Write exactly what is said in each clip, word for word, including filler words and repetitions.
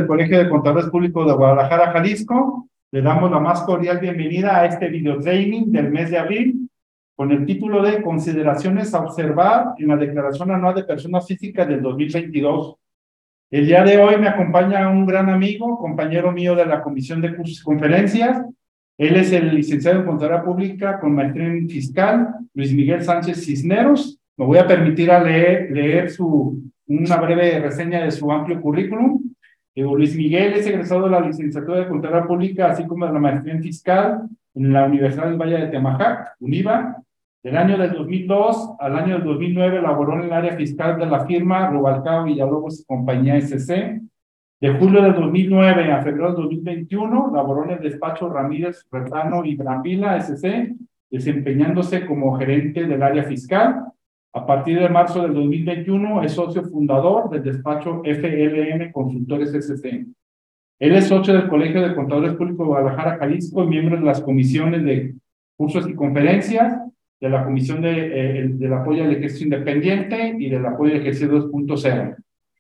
del Colegio de Contadores Públicos de Guadalajara, Jalisco, le damos la más cordial bienvenida a este video training del mes de abril con el título de Consideraciones a observar en la Declaración Anual de Personas Físicas del dos mil veintidós. El día de hoy me acompaña un gran amigo, compañero mío de la Comisión de Cursos y Conferencias. Él es el licenciado en Contaduría Pública con maestría en Fiscal, Luis Miguel Sánchez Cisneros. Me voy a permitir a leer, leer su, una breve reseña de su amplio currículum. Eh, Luis Miguel es egresado de la licenciatura de Contaduría Pública, así como de la maestría en Fiscal en la Universidad del Valle de Temajac, UNIVA. Del año del dos mil dos al año del dos mil nueve laboró en el área fiscal de la firma Rubalcaba Villalobos y Compañía S C. De julio del dos mil nueve a febrero del dos mil veintiuno laboró en el despacho Ramírez, Retano y Brambila S C, desempeñándose como gerente del área fiscal. A partir de marzo del dos mil veintiuno es socio fundador del despacho F L M Consultores S C. Él es socio del Colegio de Contadores Públicos de Guadalajara, Jalisco, y miembro de las comisiones de cursos y conferencias, de la Comisión de, eh, del Apoyo al Ejercicio Independiente y del Apoyo al Ejercicio dos punto cero.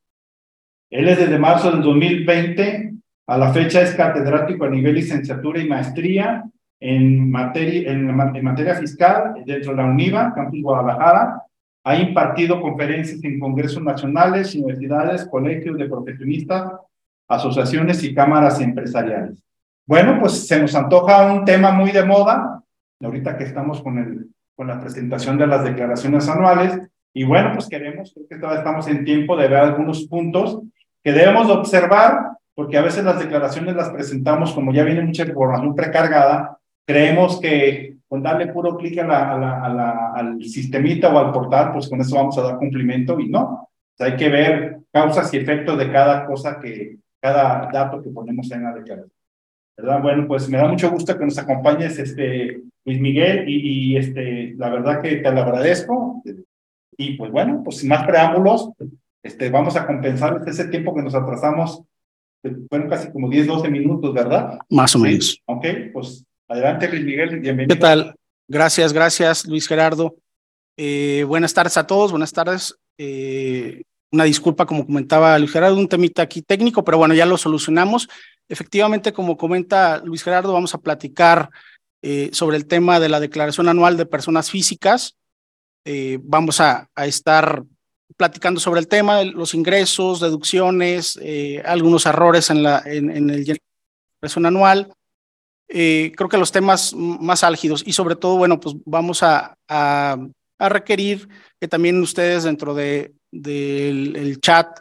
Él es desde marzo del dos mil veinte a la fecha es catedrático a nivel licenciatura y maestría en materia, en, en materia fiscal dentro de la UNIVA, Campus Guadalajara. Ha impartido conferencias en congresos nacionales, universidades, colegios de profesionistas, asociaciones y cámaras empresariales. Bueno, pues se nos antoja un tema muy de moda, ahorita que estamos con, el, con la presentación de las declaraciones anuales, y bueno, pues queremos, creo que todavía estamos en tiempo de ver algunos puntos que debemos de observar, porque a veces las declaraciones las presentamos, como ya viene mucha información precargada, creemos que con darle puro clic a la, a la, a la, al sistemita o al portal, pues con eso vamos a dar cumplimiento, y no. O sea, hay que ver causas y efectos de cada cosa que, cada dato que ponemos en la declaración, ¿verdad? Bueno, pues me da mucho gusto que nos acompañes, este, Luis Miguel, y, y este, la verdad que te lo agradezco. Y pues bueno, pues sin más preámbulos, este, vamos a compensar ese tiempo que nos atrasamos, fueron casi como diez, doce minutos, ¿verdad? Más o Sí. menos. Ok, pues adelante, Luis Miguel, bienvenido. ¿Qué tal? Gracias, gracias, Luis Gerardo. Eh, buenas tardes a todos, buenas tardes. Eh, una disculpa, como comentaba Luis Gerardo, un temita aquí técnico, pero bueno, ya lo solucionamos. Efectivamente, como comenta Luis Gerardo, vamos a platicar eh, sobre el tema de la Declaración Anual de Personas Físicas. Eh, vamos a, a estar platicando sobre el tema, los ingresos, deducciones, eh, algunos errores en, la, en, en el declaración anual. Eh, creo que los temas más álgidos y sobre todo, bueno, pues vamos a, a, a requerir que también ustedes dentro de, de el, el chat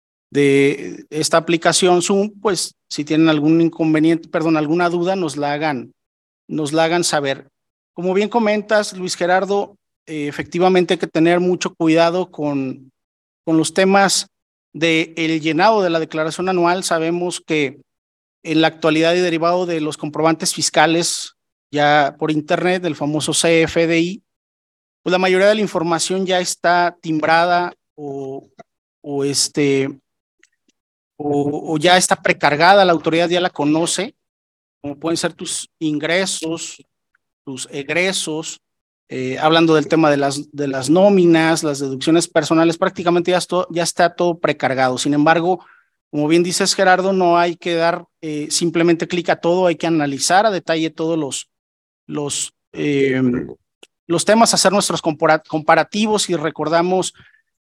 de esta aplicación Zoom, pues si tienen algún inconveniente, perdón, alguna duda, nos la hagan, nos la hagan saber. Como bien comentas, Luis Gerardo, eh, efectivamente hay que tener mucho cuidado con, con los temas del llenado de la declaración anual. Sabemos que en la actualidad y derivado de los comprobantes fiscales ya por internet, del famoso C F D I, pues la mayoría de la información ya está timbrada o, o, este, o, o ya está precargada, la autoridad ya la conoce, como pueden ser tus ingresos, tus egresos, eh, hablando del tema de las, de las nóminas, las deducciones personales, prácticamente ya, esto, ya está todo precargado. Sin embargo, como bien dices, Gerardo, no hay que dar eh, simplemente clic a todo, hay que analizar a detalle todos los, los, eh, los temas, hacer nuestros comparativos y recordamos,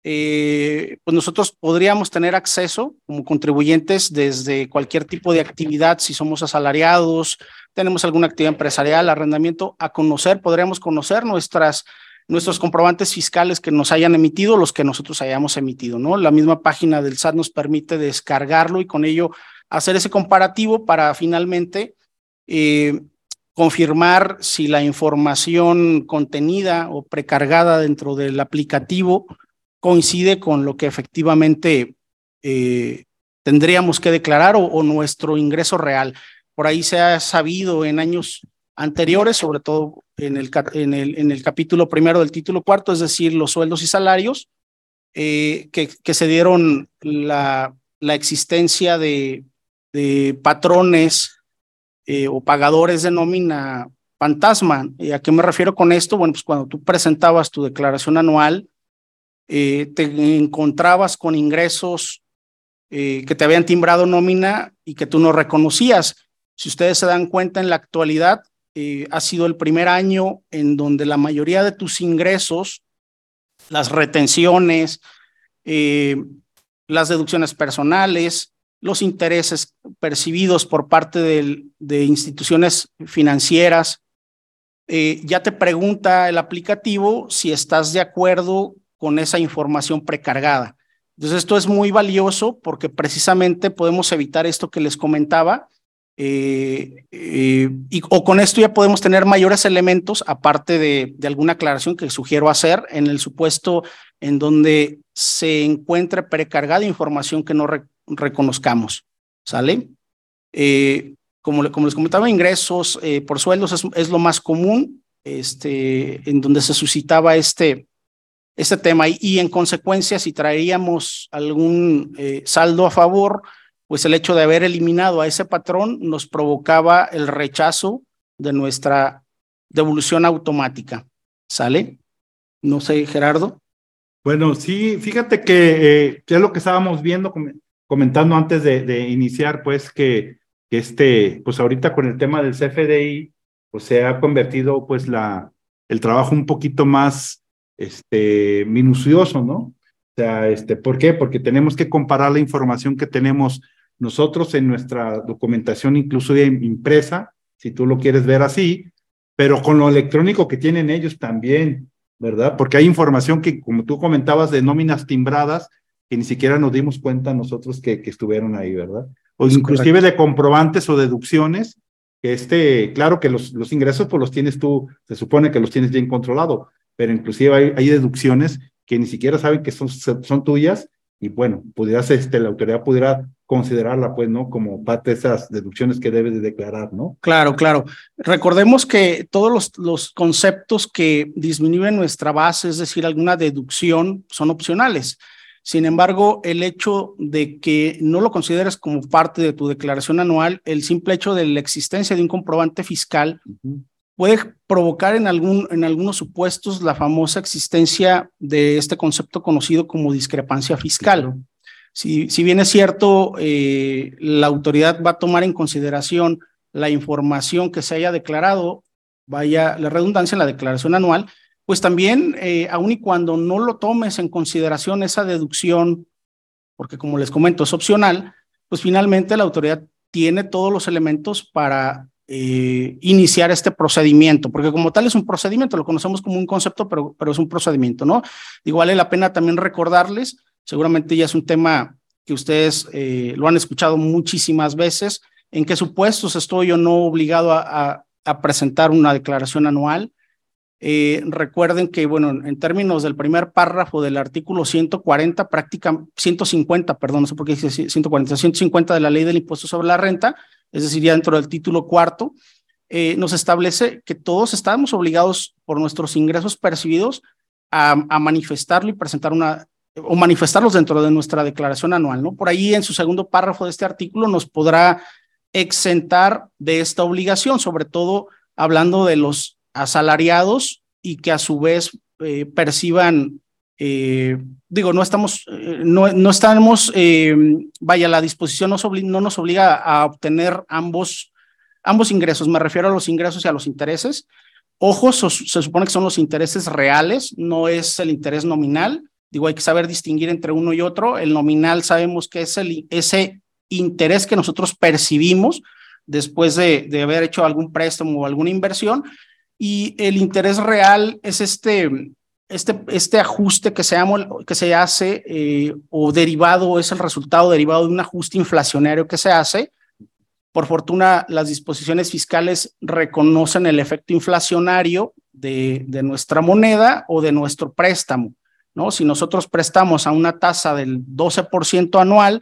eh, pues nosotros podríamos tener acceso como contribuyentes desde cualquier tipo de actividad, si somos asalariados, tenemos alguna actividad empresarial, arrendamiento, a conocer, podríamos conocer nuestras nuestros comprobantes fiscales que nos hayan emitido, los que nosotros hayamos emitido, ¿no? La misma página del S A T nos permite descargarlo y con ello hacer ese comparativo para finalmente eh, confirmar si la información contenida o precargada dentro del aplicativo coincide con lo que efectivamente eh, tendríamos que declarar o, o nuestro ingreso real. Por ahí se ha sabido en años anteriores, sobre todo en el, en el, en el capítulo primero del título cuarto, es decir, los sueldos y salarios, eh, que, que se dieron la, la existencia de, de patrones eh, o pagadores de nómina fantasma. ¿Y a qué me refiero con esto? Bueno, pues cuando tú presentabas tu declaración anual, eh, te encontrabas con ingresos eh, que te habían timbrado nómina y que tú no reconocías. Si ustedes se dan cuenta, en la actualidad eh, ha sido el primer año en donde la mayoría de tus ingresos, las retenciones, eh, las deducciones personales, los intereses percibidos por parte de, de instituciones financieras, eh, ya te pregunta el aplicativo si estás de acuerdo con esa información precargada. Entonces esto es muy valioso porque precisamente podemos evitar esto que les comentaba, eh, eh, y, o con esto ya podemos tener mayores elementos, aparte de, de alguna aclaración que sugiero hacer en el supuesto en donde se encuentre precargada información que no re, reconozcamos, ¿sale? Eh, como, le, como les comentaba, ingresos eh, por sueldos es, es lo más común, este, en donde se suscitaba este, este tema, y, y en consecuencia, si traeríamos algún eh, saldo a favor, pues el hecho de haber eliminado a ese patrón nos provocaba el rechazo de nuestra devolución automática, ¿sale? No sé, Gerardo. Bueno, sí, fíjate que eh, es lo que estábamos viendo, comentando antes de, de iniciar, pues que, que este, pues ahorita con el tema del C F D I, pues se ha convertido pues la, el trabajo un poquito más este, minucioso, ¿no? O sea, este, ¿por qué? Porque tenemos que comparar la información que tenemos nosotros en nuestra documentación, incluso impresa, si tú lo quieres ver así, pero con lo electrónico que tienen ellos también, ¿verdad? Porque hay información que, como tú comentabas, de nóminas timbradas, que ni siquiera nos dimos cuenta nosotros que, que estuvieron ahí, ¿verdad? O es inclusive correcto. De comprobantes o deducciones, que este, claro que los, los ingresos pues los tienes tú, se supone que los tienes bien controlado, pero inclusive hay, hay deducciones que ni siquiera saben que son, son tuyas, y bueno, pudieras, este, la autoridad pudiera considerarla, pues, ¿no? Como parte de esas deducciones que debes de declarar, ¿no? Claro, claro. Recordemos que todos los, los conceptos que disminuyen nuestra base, es decir, alguna deducción, son opcionales. Sin embargo, el hecho de que no lo consideres como parte de tu declaración anual, el simple hecho de la existencia de un comprobante fiscal, uh-huh, puede provocar en, algún, en algunos supuestos la famosa existencia de este concepto conocido como discrepancia fiscal. Uh-huh. Si, si bien es cierto, eh, la autoridad va a tomar en consideración la información que se haya declarado, vaya la redundancia, en la declaración anual, pues también, eh, aun y cuando no lo tomes en consideración esa deducción, porque como les comento es opcional, pues finalmente la autoridad tiene todos los elementos para eh, iniciar este procedimiento, porque como tal es un procedimiento, lo conocemos como un concepto, pero, pero es un procedimiento, ¿no? Digo, vale la pena también recordarles, seguramente ya es un tema que ustedes eh, lo han escuchado muchísimas veces, en qué supuestos estoy o no obligado a, a, a presentar una declaración anual. Eh, recuerden que, bueno, en términos del primer párrafo del artículo ciento cuarenta, práctica, ciento cincuenta, perdón, no sé por qué dice ciento cuarenta, ciento cincuenta de la ley del impuesto sobre la renta, es decir, ya dentro del título cuarto, eh, nos establece que todos estamos obligados por nuestros ingresos percibidos a, a manifestarlo y presentar una, o manifestarlos dentro de nuestra declaración anual, ¿no? Por ahí en su segundo párrafo de este artículo nos podrá exentar de esta obligación, sobre todo hablando de los asalariados y que a su vez eh, perciban, eh, digo, no estamos, eh, no, no estamos, eh, vaya, la disposición nos obli- no nos obliga a obtener ambos, ambos ingresos, me refiero a los ingresos y a los intereses. Ojo, so, se supone que son los intereses reales, no es el interés nominal. Digo, hay que saber distinguir entre uno y otro. El nominal sabemos que es el, ese interés que nosotros percibimos después de, de haber hecho algún préstamo o alguna inversión, y el interés real es este, este, este ajuste que se, que se hace eh, o derivado, es el resultado derivado de un ajuste inflacionario que se hace. Por fortuna, las disposiciones fiscales reconocen el efecto inflacionario de, de nuestra moneda o de nuestro préstamo, ¿no? Si nosotros prestamos a una tasa del doce por ciento anual,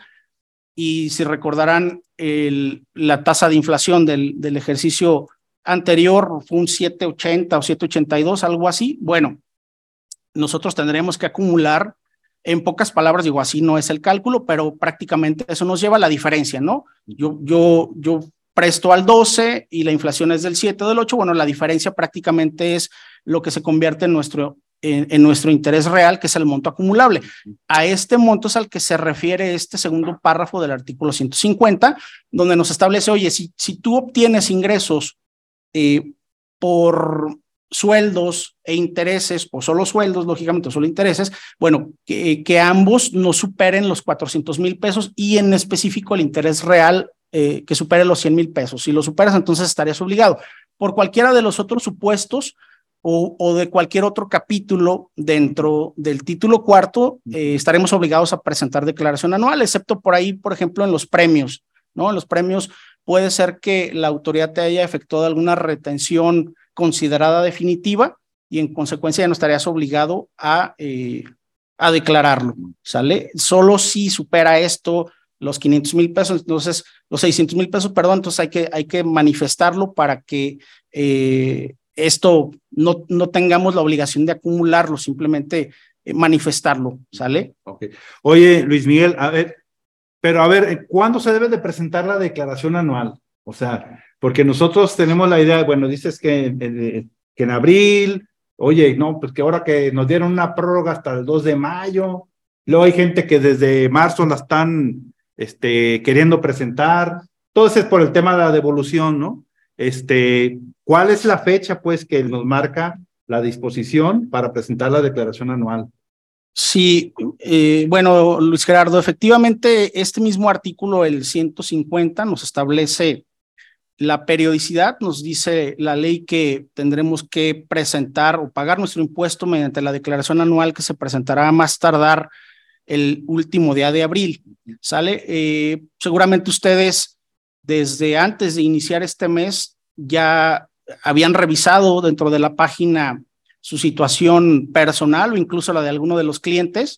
y si recordarán, el, la tasa de inflación del, del ejercicio anterior fue un siete ochenta o siete ochenta y dos, algo así, bueno, nosotros tendremos que acumular, en pocas palabras, digo, así no es el cálculo, pero prácticamente eso nos lleva a la diferencia, ¿no? Yo, yo, yo presto al doce y la inflación es del siete o del ocho, bueno, la diferencia prácticamente es lo que se convierte en nuestro en, en nuestro interés real, que es el monto acumulable. A este monto es al que se refiere este segundo párrafo del artículo ciento cincuenta, donde nos establece, oye, si, si tú obtienes ingresos eh, por sueldos e intereses, o solo sueldos, lógicamente, o solo intereses, bueno, que, que ambos no superen los cuatrocientos mil pesos y en específico el interés real eh, que supere los cien mil pesos. Si lo superas, entonces estarías obligado. Por cualquiera de los otros supuestos o, o de cualquier otro capítulo dentro del título cuarto, eh, estaremos obligados a presentar declaración anual, excepto por ahí, por ejemplo, en los premios, ¿no? En los premios puede ser que la autoridad te haya efectuado alguna retención considerada definitiva y en consecuencia ya no estarías obligado a, eh, a declararlo, ¿sale? Solo si supera esto los quinientos mil pesos, entonces los seiscientos mil pesos, perdón, entonces hay que, hay que manifestarlo para que eh, esto no, no tengamos la obligación de acumularlo, simplemente eh, manifestarlo, ¿sale? Okay. Oye, Luis Miguel, a ver, pero a ver, ¿cuándo se debe de presentar la declaración anual? O sea, porque nosotros tenemos la idea, bueno, dices que, eh, que en abril, oye, no, pues que ahora que nos dieron una prórroga hasta el dos de mayo, luego hay gente que desde marzo la están este, queriendo presentar, todo eso es por el tema de la devolución, ¿no? Este, ¿cuál es la fecha, pues, que nos marca la disposición para presentar la declaración anual? Sí, eh, bueno, Luis Gerardo, efectivamente, este mismo artículo, el ciento cincuenta, nos establece la periodicidad, nos dice la ley que tendremos que presentar o pagar nuestro impuesto mediante la declaración anual que se presentará a más tardar el último día de abril, ¿sale? Eh, seguramente ustedes desde antes de iniciar este mes ya habían revisado dentro de la página su situación personal o incluso la de alguno de los clientes.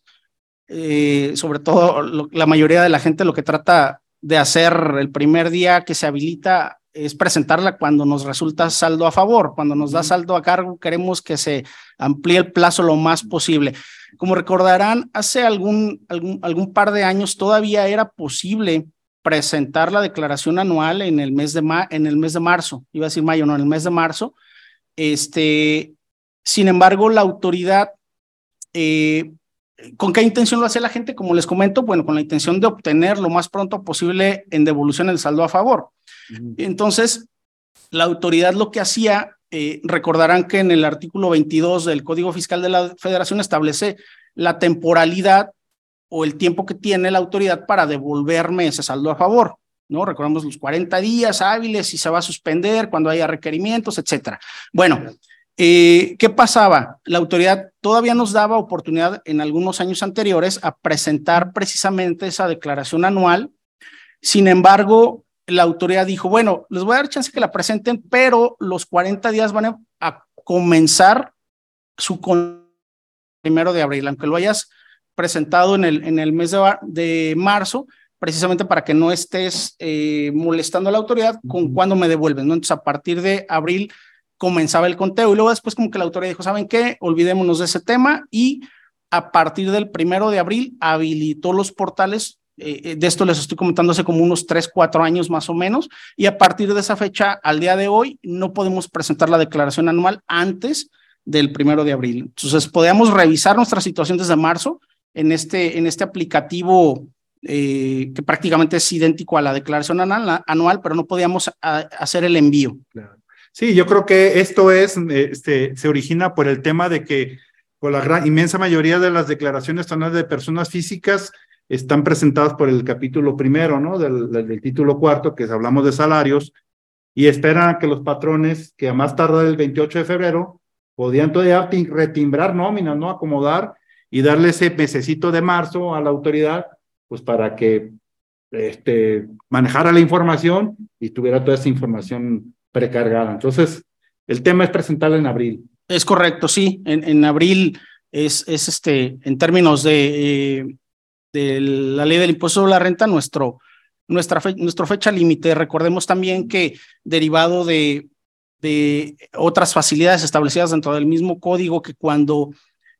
Eh, sobre todo lo, la mayoría de la gente lo que trata de hacer el primer día que se habilita es presentarla cuando nos resulta saldo a favor. Cuando nos da saldo a cargo, queremos que se amplíe el plazo lo más posible. Como recordarán, hace algún, algún, algún par de años todavía era posible presentar la declaración anual en el mes de, ma en el mes de marzo. Iba a decir mayo, no, en el mes de marzo. Este, sin embargo, la autoridad, eh, ¿con qué intención lo hace la gente? Como les comento, bueno, con la intención de obtener lo más pronto posible en devolución el saldo a favor. Entonces, la autoridad lo que hacía, eh, recordarán que en el artículo veintidós del Código Fiscal de la Federación establece la temporalidad o el tiempo que tiene la autoridad para devolverme ese saldo a favor, ¿no? Recordamos los cuarenta días hábiles, si se va a suspender, cuando haya requerimientos, etcétera. Bueno, eh, ¿qué pasaba? La autoridad todavía nos daba oportunidad en algunos años anteriores a presentar precisamente esa declaración anual. Sin embargo, la autoridad dijo, bueno, les voy a dar chance que la presenten, pero los cuarenta días van a, a comenzar su con primero de abril, aunque lo hayas presentado en el, en el mes de, de marzo, precisamente para que no estés eh, molestando a la autoridad con cuándo me devuelven, ¿no? Entonces, a partir de abril comenzaba el conteo y luego después como que la autoridad dijo, ¿saben qué? Olvidémonos de ese tema y a partir del primero de abril habilitó los portales. Eh, de esto les estoy comentando hace como unos tres, cuatro años más o menos, y a partir de esa fecha, al día de hoy, no podemos presentar la declaración anual antes del primero de abril. Entonces, podíamos revisar nuestra situación desde marzo en este, en este aplicativo eh, que prácticamente es idéntico a la declaración anual, anual pero no podíamos a, hacer el envío. Claro. Sí, yo creo que esto es, este, se origina por el tema de que por la gran, inmensa mayoría de las declaraciones anuales de personas físicas están presentadas por el capítulo primero, ¿no? Del, del, del título cuarto, que hablamos de salarios, y esperan a que los patrones, que a más tardar el veintiocho de febrero, podían todavía retimbrar nóminas, ¿no? Acomodar y darle ese mesecito de marzo a la autoridad, pues para que este, manejara la información y tuviera toda esa información precargada. Entonces, el tema es presentarla en abril. Es correcto, sí. En, en abril es, es este, en términos de... Eh, de la ley del impuesto sobre la renta, nuestro, nuestra fe, nuestra fecha límite. Recordemos también que derivado de, de otras facilidades establecidas dentro del mismo código, que cuando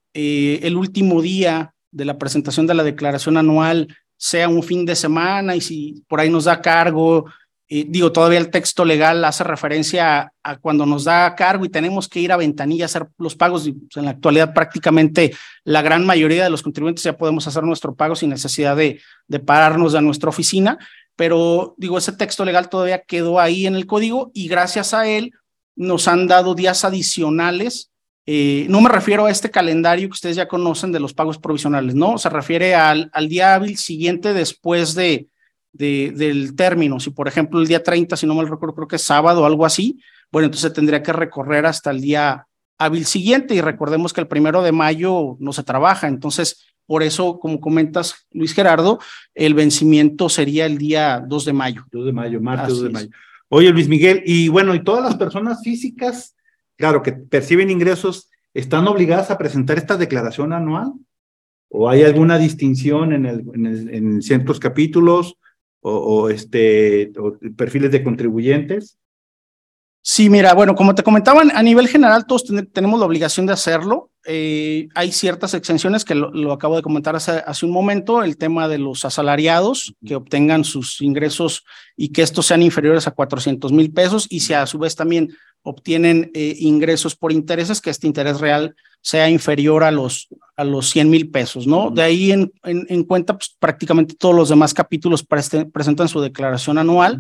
eh, el último día de la presentación de la declaración anual sea un fin de semana y si por ahí nos da cargo Eh, digo, todavía el texto legal hace referencia a, a cuando nos da cargo y tenemos que ir a ventanilla a hacer los pagos. Y, pues, en la actualidad prácticamente la gran mayoría de los contribuyentes ya podemos hacer nuestro pago sin necesidad de, de pararnos a nuestra oficina, pero digo, ese texto legal todavía quedó ahí en el código y gracias a él nos han dado días adicionales. Eh, no me refiero a este calendario que ustedes ya conocen de los pagos provisionales, ¿no? Se refiere al, al día hábil siguiente después de De, del término. Si por ejemplo el día treinta, si no mal recuerdo, creo que es sábado o algo así, bueno, entonces tendría que recorrer hasta el día hábil siguiente y recordemos que el primero de mayo no se trabaja, entonces por eso, como comentas, Luis Gerardo, el vencimiento sería el día dos de mayo. dos de mayo, martes dos de mayo. Oye, Luis Miguel, y bueno, y todas las personas físicas, claro, que perciben ingresos, ¿están obligadas a presentar esta declaración anual? ¿O hay alguna distinción en, el, en, el, en ciertos capítulos? O, o, este, o perfiles de contribuyentes? Sí, mira, bueno, como te comentaban, a nivel general todos ten tenemos la obligación de hacerlo. Eh, hay ciertas exenciones que lo, lo acabo de comentar hace, hace un momento, el tema de los asalariados que obtengan sus ingresos y que estos sean inferiores a cuatrocientos mil pesos y si a su vez también obtienen eh, ingresos por intereses, que este interés real sea inferior a los, a los cien mil pesos, ¿no? De ahí en, en, en cuenta, pues prácticamente todos los demás capítulos preste, presentan su declaración anual,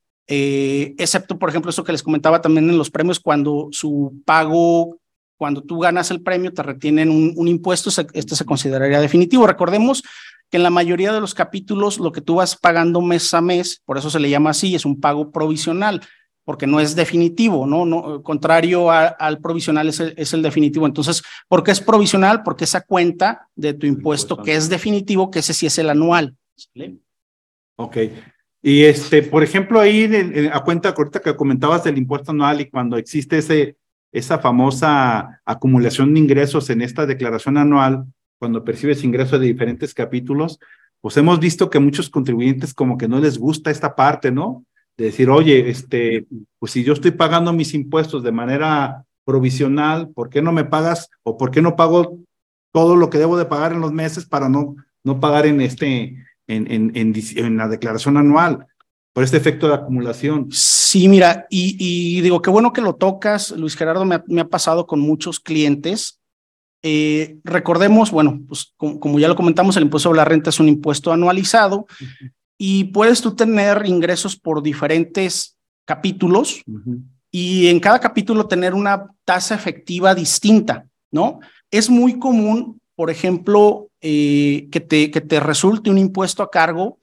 eh, excepto, por ejemplo, eso que les comentaba también en los premios, cuando su pago, cuando tú ganas el premio, te retienen un, un impuesto, este se consideraría definitivo. Recordemos que en la mayoría de los capítulos lo que tú vas pagando mes a mes, por eso se le llama así, es un pago provisional, porque no es definitivo, ¿no? no contrario a, al provisional es el, es el definitivo. Entonces, ¿por qué es provisional? Porque esa cuenta de tu impuesto que es definitivo, que ese sí es el anual. ¿Sí? Ok. Y este, por ejemplo, ahí en, en, a cuenta ahorita que comentabas del impuesto anual y cuando existe ese, esa famosa acumulación de ingresos en esta declaración anual, cuando percibes ingresos de diferentes capítulos, pues hemos visto que muchos contribuyentes como que no les gusta esta parte, ¿no? De decir, oye, este, pues si yo estoy pagando mis impuestos de manera provisional, ¿por qué no me pagas o por qué no pago todo lo que debo de pagar en los meses para no, no pagar en este, en, en, en, en la declaración anual, por este efecto de acumulación? Sí, mira, y, y digo, qué bueno que lo tocas, Luis Gerardo, me ha, me ha pasado con muchos clientes. Eh, recordemos, bueno, pues como, como ya lo comentamos, el impuesto sobre la renta es un impuesto anualizado. Uh-huh. Y puedes tú tener ingresos por diferentes capítulos uh-huh. y en cada capítulo tener una tasa efectiva distinta, ¿no? Es muy común, por ejemplo, eh, que, te, que te resulte un impuesto a cargo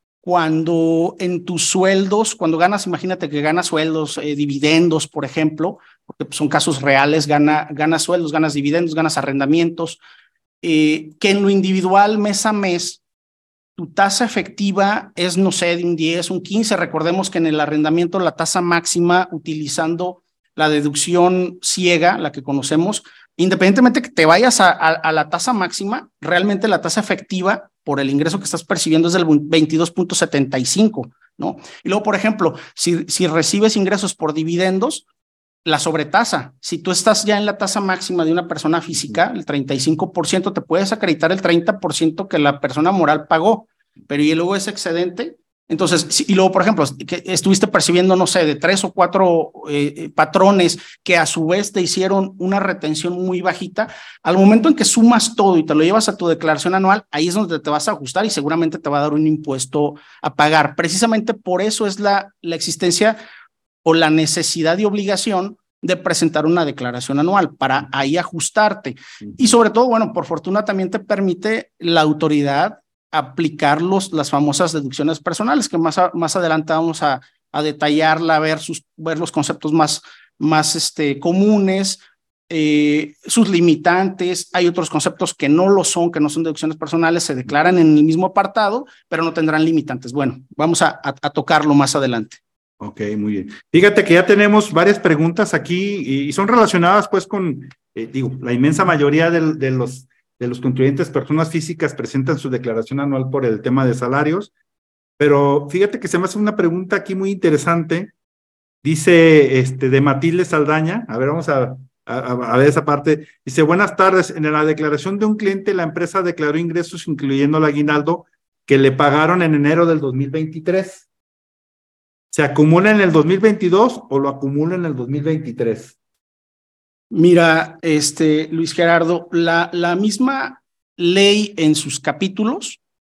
cuando en tus sueldos, cuando ganas, imagínate que ganas sueldos, eh, dividendos, por ejemplo, porque son casos reales, gana, ganas sueldos, ganas dividendos, ganas arrendamientos, eh, que en lo individual mes a mes tu tasa efectiva es, no sé, de un diez, un quince. Recordemos que en el arrendamiento la tasa máxima, utilizando la deducción ciega, la que conocemos, independientemente que te vayas a, a, a la tasa máxima, realmente la tasa efectiva por el ingreso que estás percibiendo es del veintidós punto setenta y cinco, ¿no? Y luego, por ejemplo, si, si recibes ingresos por dividendos, la sobretasa, si tú estás ya en la tasa máxima de una persona física, el treinta y cinco por ciento, te puedes acreditar el treinta por ciento que la persona moral pagó, pero y luego ese excedente, entonces, si, y luego, por ejemplo, que estuviste percibiendo, no sé, de tres o cuatro eh, patrones que a su vez te hicieron una retención muy bajita, al momento en que sumas todo y te lo llevas a tu declaración anual, ahí es donde te vas a ajustar y seguramente te va a dar un impuesto a pagar. Precisamente por eso es la, la existencia o la necesidad y obligación de presentar una declaración anual para ahí ajustarte. Y sobre todo, bueno, por fortuna también te permite la autoridad aplicar los, las famosas deducciones personales, que más, a, más adelante vamos a, a detallarla, ver, sus, ver los conceptos más, más este, comunes, eh, sus limitantes. Hay otros conceptos que no lo son, que no son deducciones personales, se declaran en el mismo apartado, pero no tendrán limitantes. Bueno, vamos a, a, a tocarlo más adelante. Ok, muy bien. Fíjate que ya tenemos varias preguntas aquí y, y son relacionadas pues con, eh, digo, la inmensa mayoría de, de, los, de los contribuyentes personas físicas presentan su declaración anual por el tema de salarios, pero fíjate que se me hace una pregunta aquí muy interesante. Dice este, de Matilde Saldaña, a ver, vamos a, a, a ver esa parte. Dice, buenas tardes, en la declaración de un cliente la empresa declaró ingresos incluyendo el aguinaldo que le pagaron en enero del dos mil veintitrés. ¿Se acumula en el dos mil veintidós o lo acumula en el dos mil veintitrés? Mira, este, Luis Gerardo, la, la misma ley en sus capítulos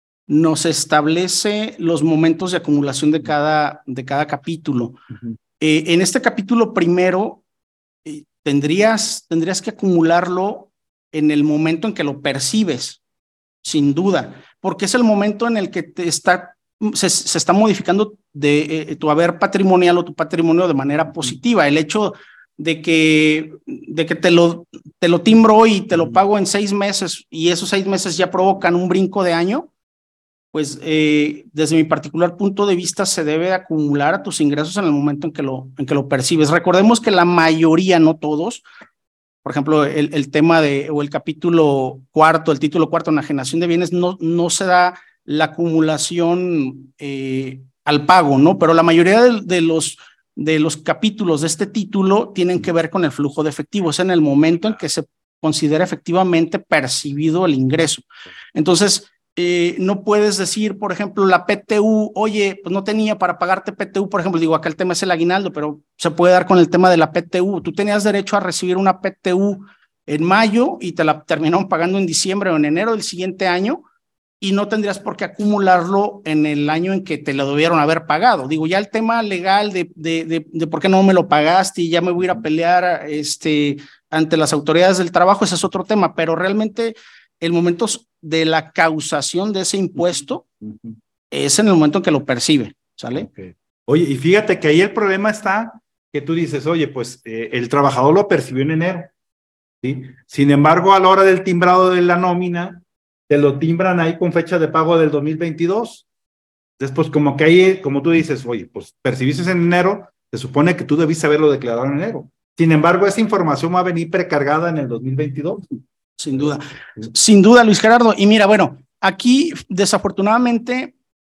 nos establece los momentos de acumulación de cada, de cada capítulo. Uh-huh. Eh, en este capítulo primero, eh, tendrías, tendrías que acumularlo en el momento en que lo percibes, sin duda, porque es el momento en el que te está, se, se está modificando de, eh, tu haber patrimonial o tu patrimonio de manera positiva. El hecho de que, de que te, lo, te lo timbro y te lo pago en seis meses y esos seis meses ya provocan un brinco de año, pues eh, desde mi particular punto de vista se debe acumular a tus ingresos en el momento en que lo, en que lo percibes. Recordemos que la mayoría, no todos, por ejemplo, el, el tema de, o el capítulo cuarto, el título cuarto, enajenación de bienes, no, no se da la acumulación eh, al pago, ¿no? Pero la mayoría de, de los de los capítulos de este título tienen que ver con el flujo de efectivo, es en el momento en que se considera efectivamente percibido el ingreso. Entonces, eh, no puedes decir, por ejemplo, la P T U, oye, pues no tenía para pagarte P T U, por ejemplo, digo, acá el tema es el aguinaldo, pero se puede dar con el tema de la P T U. Tú tenías derecho a recibir una P T U en mayo y te la terminaron pagando en diciembre o en enero del siguiente año, y no tendrías por qué acumularlo en el año en que te lo debieron haber pagado. Digo, ya el tema legal de, de, de, de por qué no me lo pagaste y ya me voy a ir a pelear este, ante las autoridades del trabajo, ese es otro tema, pero realmente el momento de la causación de ese impuesto uh-huh. es en el momento en que lo percibe, ¿sale? Okay. Oye, y fíjate que ahí el problema está que tú dices, oye, pues eh, el trabajador lo percibió en enero, ¿sí? Sin embargo, a la hora del timbrado de la nómina, te lo timbran ahí con fecha de pago del dos mil veintidós. Después, como que ahí, como tú dices, oye, pues percibiste en enero, se supone que tú debiste haberlo declarado en enero. Sin embargo, esa información va a venir precargada en el dos mil veintidós. Sin duda, sin duda, Luis Gerardo. Y mira, bueno, aquí desafortunadamente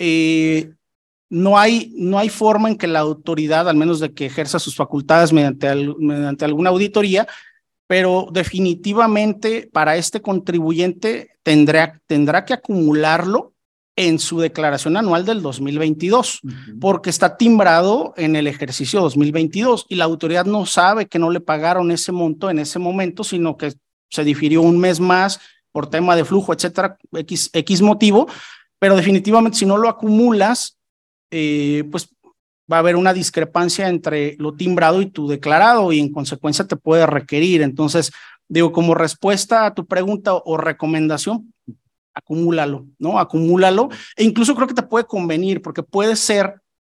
eh, no hay, no hay forma en que la autoridad, al menos de que ejerza sus facultades mediante, al, mediante alguna auditoría, pero definitivamente para este contribuyente tendrá, tendrá que acumularlo en su declaración anual del dos mil veintidós, uh-huh. porque está timbrado en el ejercicio dos mil veintidós y la autoridad no sabe que no le pagaron ese monto en ese momento, sino que se difirió un mes más por tema de flujo, etcétera, X, X motivo, pero definitivamente si no lo acumulas, eh, pues va a haber una discrepancia entre lo timbrado y tu declarado y en consecuencia te puede requerir. Entonces, digo, como respuesta a tu pregunta o recomendación, acumúlalo, ¿no? Acumúlalo. E incluso creo que te puede convenir porque puede ser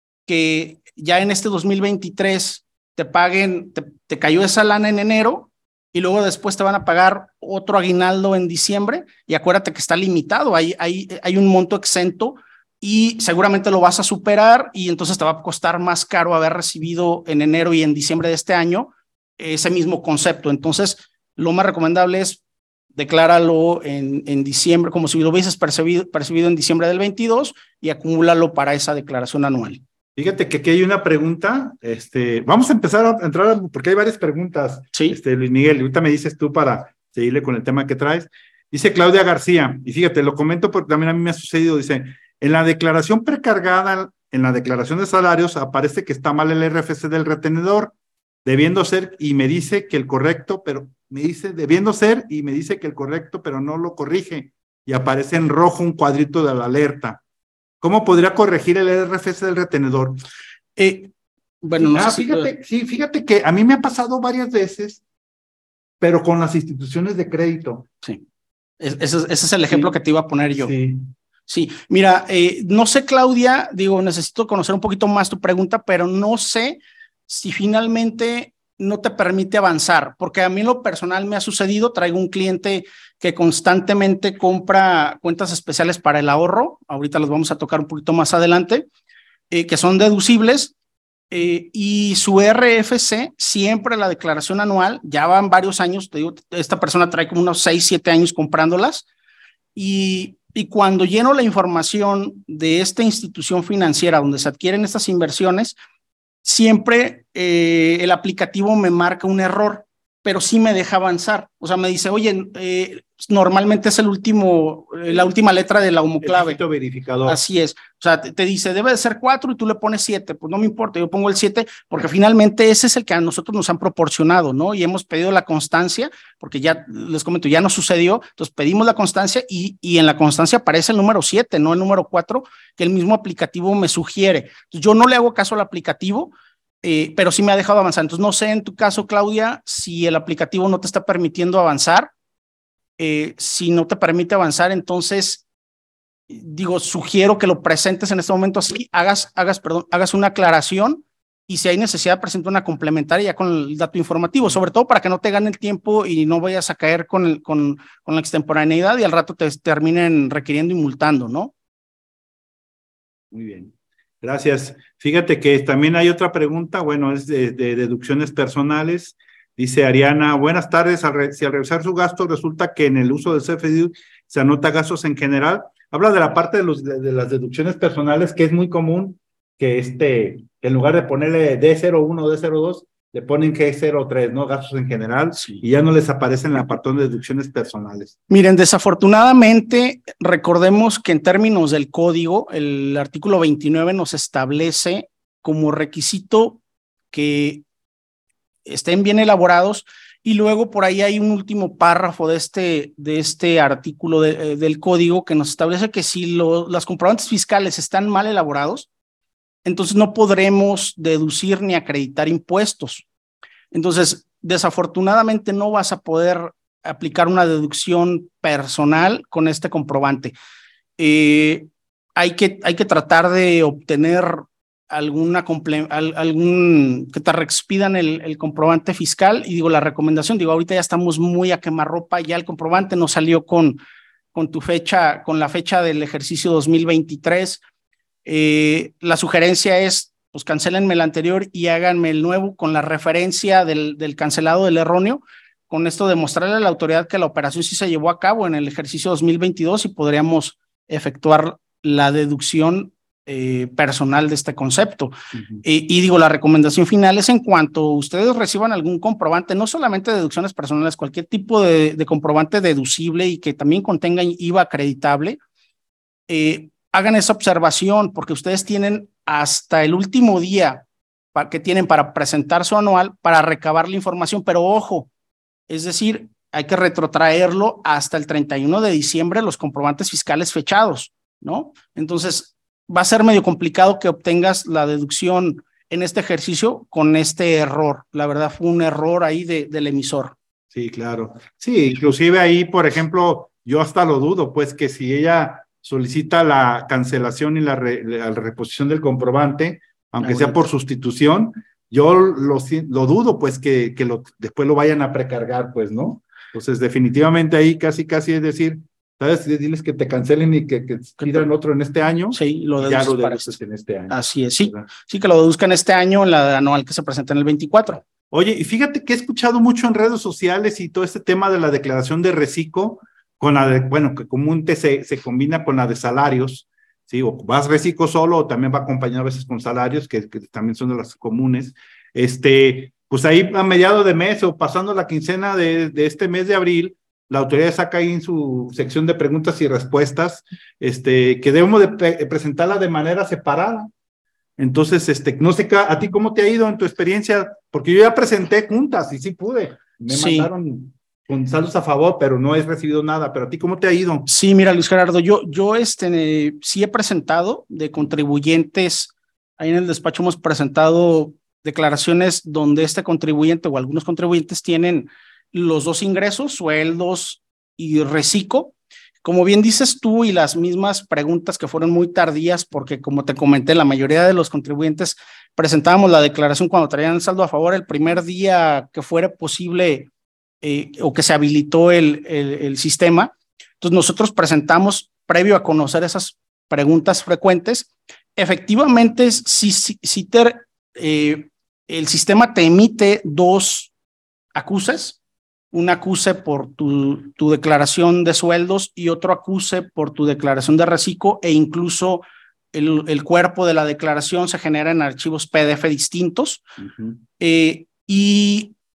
que ya en este dos mil veintitrés te paguen, te, te cayó esa lana en enero y luego después te van a pagar otro aguinaldo en diciembre y acuérdate que está limitado, hay, hay, hay un monto exento y seguramente lo vas a superar y entonces te va a costar más caro haber recibido en enero y en diciembre de este año ese mismo concepto. Entonces, lo más recomendable es decláralo en, en diciembre, como si lo hubieses percibido, percibido en diciembre del veintidós y acumúlalo para esa declaración anual. Fíjate que aquí hay una pregunta, este, vamos a empezar a entrar, porque hay varias preguntas, sí. este, Luis Miguel, ahorita me dices tú para seguirle con el tema que traes. Dice Claudia García, y fíjate, lo comento porque también a mí me ha sucedido, dice, en la declaración precargada, en la declaración de salarios, aparece que está mal el R F C del retenedor, debiendo ser, y me dice que el correcto, pero me dice, debiendo ser, y me dice que el correcto, pero no lo corrige, y aparece en rojo un cuadrito de la alerta. ¿Cómo podría corregir el R F C del retenedor? Eh, bueno, no ah, sé fíjate, si... sí, fíjate que a mí me ha pasado varias veces, pero con las instituciones de crédito. Sí, ese, ese es el ejemplo sí. que te iba a poner yo. Sí. Sí, mira, eh, no sé, Claudia, digo, necesito conocer un poquito más tu pregunta, pero no sé si finalmente no te permite avanzar, porque a mí en lo personal me ha sucedido, traigo un cliente que constantemente compra cuentas especiales para el ahorro, ahorita los vamos a tocar un poquito más adelante, eh, que son deducibles, eh, y su R F C, siempre la declaración anual, ya van varios años, te digo, esta persona trae como unos seis, siete años comprándolas, y Y cuando lleno la información de esta institución financiera donde se adquieren estas inversiones, siempre eh, el aplicativo me marca un error pero sí me deja avanzar. O sea, me dice, oye, eh, normalmente es el último, eh, la última letra de la homoclave. El verificador. Así es. O sea, te, te dice, debe de ser cuatro y tú le pones siete. Pues no me importa, yo pongo el siete porque finalmente ese es el que a nosotros nos han proporcionado, ¿no? Y hemos pedido la constancia, porque ya les comento, ya no sucedió. Entonces pedimos la constancia y, y en la constancia aparece el número siete, no el número cuatro, que el mismo aplicativo me sugiere. Entonces, yo no le hago caso al aplicativo. Eh, pero sí me ha dejado avanzar. Entonces, no sé en tu caso, Claudia, si el aplicativo no te está permitiendo avanzar. Eh, si no te permite avanzar, entonces, digo, sugiero que lo presentes en este momento así, hagas, hagas, perdón, hagas una aclaración y si hay necesidad, presenta una complementaria ya con el dato informativo, sobre todo para que no te gane el tiempo y no vayas a caer con, el, con, con la extemporaneidad y al rato te terminen requiriendo y multando, ¿no? Muy bien. Gracias. Fíjate que también hay otra pregunta, bueno, es de, de deducciones personales. Dice Ariana, buenas tardes, al re, si al revisar su gasto resulta que en el uso del C F D I se anota gastos en general. Habla de la parte de, los, de, de las deducciones personales, que es muy común que este, en lugar de ponerle D cero uno o D cero dos, le ponen G cero tres, ¿no? Gastos en general, sí. Y ya no les aparece en el apartado de deducciones personales. Miren, desafortunadamente, recordemos que en términos del código, el artículo veintinueve nos establece como requisito que estén bien elaborados y luego por ahí hay un último párrafo de este, de este artículo de, del código que nos establece que si lo, las comprobantes fiscales están mal elaborados, entonces no podremos deducir ni acreditar impuestos. Entonces, desafortunadamente no vas a poder aplicar una deducción personal con este comprobante. Eh, hay que, hay que tratar de obtener alguna algún que te reexpidan el, el comprobante fiscal y digo la recomendación, digo ahorita ya estamos muy a quemarropa, ya el comprobante no salió con, con tu fecha, con la fecha del ejercicio dos mil veintitrés. Eh, la sugerencia es, pues cancelenme el anterior y háganme el nuevo con la referencia del, del cancelado del erróneo, con esto demostrarle a la autoridad que la operación sí se llevó a cabo en el ejercicio dos mil veintidós y podríamos efectuar la deducción eh, personal de este concepto. Uh-huh. eh, y digo, la recomendación final es en cuanto ustedes reciban algún comprobante, no solamente deducciones personales, cualquier tipo de, de comprobante deducible y que también contenga I V A acreditable, eh, hagan esa observación porque ustedes tienen hasta el último día para, que tienen para presentar su anual para recabar la información, pero ojo, es decir, hay que retrotraerlo hasta el treinta y uno de diciembre los comprobantes fiscales fechados, ¿no? Entonces, va a ser medio complicado que obtengas la deducción en este ejercicio con este error. La verdad fue un error ahí de, del emisor. Sí, claro. Sí, inclusive ahí, por ejemplo, yo hasta lo dudo, pues que si ella solicita la cancelación y la, re, la reposición del comprobante, aunque sea por sustitución, yo lo, lo dudo, pues, que, que lo, después lo vayan a precargar, pues, ¿no? Entonces, definitivamente ahí casi, casi es decir, ¿sabes? Diles que te cancelen y que, que pidan otro en este año. Sí, lo y ya lo deduces este. en este año. Así es, sí. ¿Verdad? Sí, que lo deduzcan este año en la anual que se presenta en el veinticuatro. Oye, y fíjate que he escuchado mucho en redes sociales y todo este tema de la declaración de reciclo, con la de, bueno, que comúnmente se, se combina con la de salarios, ¿sí? O vas reciclo solo o también va acompañado a veces con salarios, que, que también son de las comunes. Este, pues ahí a mediados de mes o pasando la quincena de, de este mes de abril, la autoridad saca ahí en su sección de preguntas y respuestas, este, que debemos de pre presentarla de manera separada. Entonces, este, no sé, ¿a ti cómo te ha ido en tu experiencia? Porque yo ya presenté juntas y sí pude. Me sí. mandaron con saldos a favor, pero no he recibido nada. ¿Pero a ti cómo te ha ido? Sí, mira, Luis Gerardo, yo, yo este, eh, sí he presentado de contribuyentes, ahí en el despacho hemos presentado declaraciones donde este contribuyente o algunos contribuyentes tienen los dos ingresos, sueldos y reciclo. Como bien dices tú y las mismas preguntas que fueron muy tardías, porque como te comenté, la mayoría de los contribuyentes presentábamos la declaración cuando traían el saldo a favor el primer día que fuera posible eh, o que se habilitó el, el, el sistema. Entonces nosotros presentamos, previo a conocer esas preguntas frecuentes, efectivamente, si, si, si te, eh, el sistema te emite dos acuses, un acuse por tu, tu declaración de sueldos y otro acuse por tu declaración de reciclo, e incluso el, el cuerpo de la declaración se genera en archivos P D F distintos. Uh-huh. eh, y,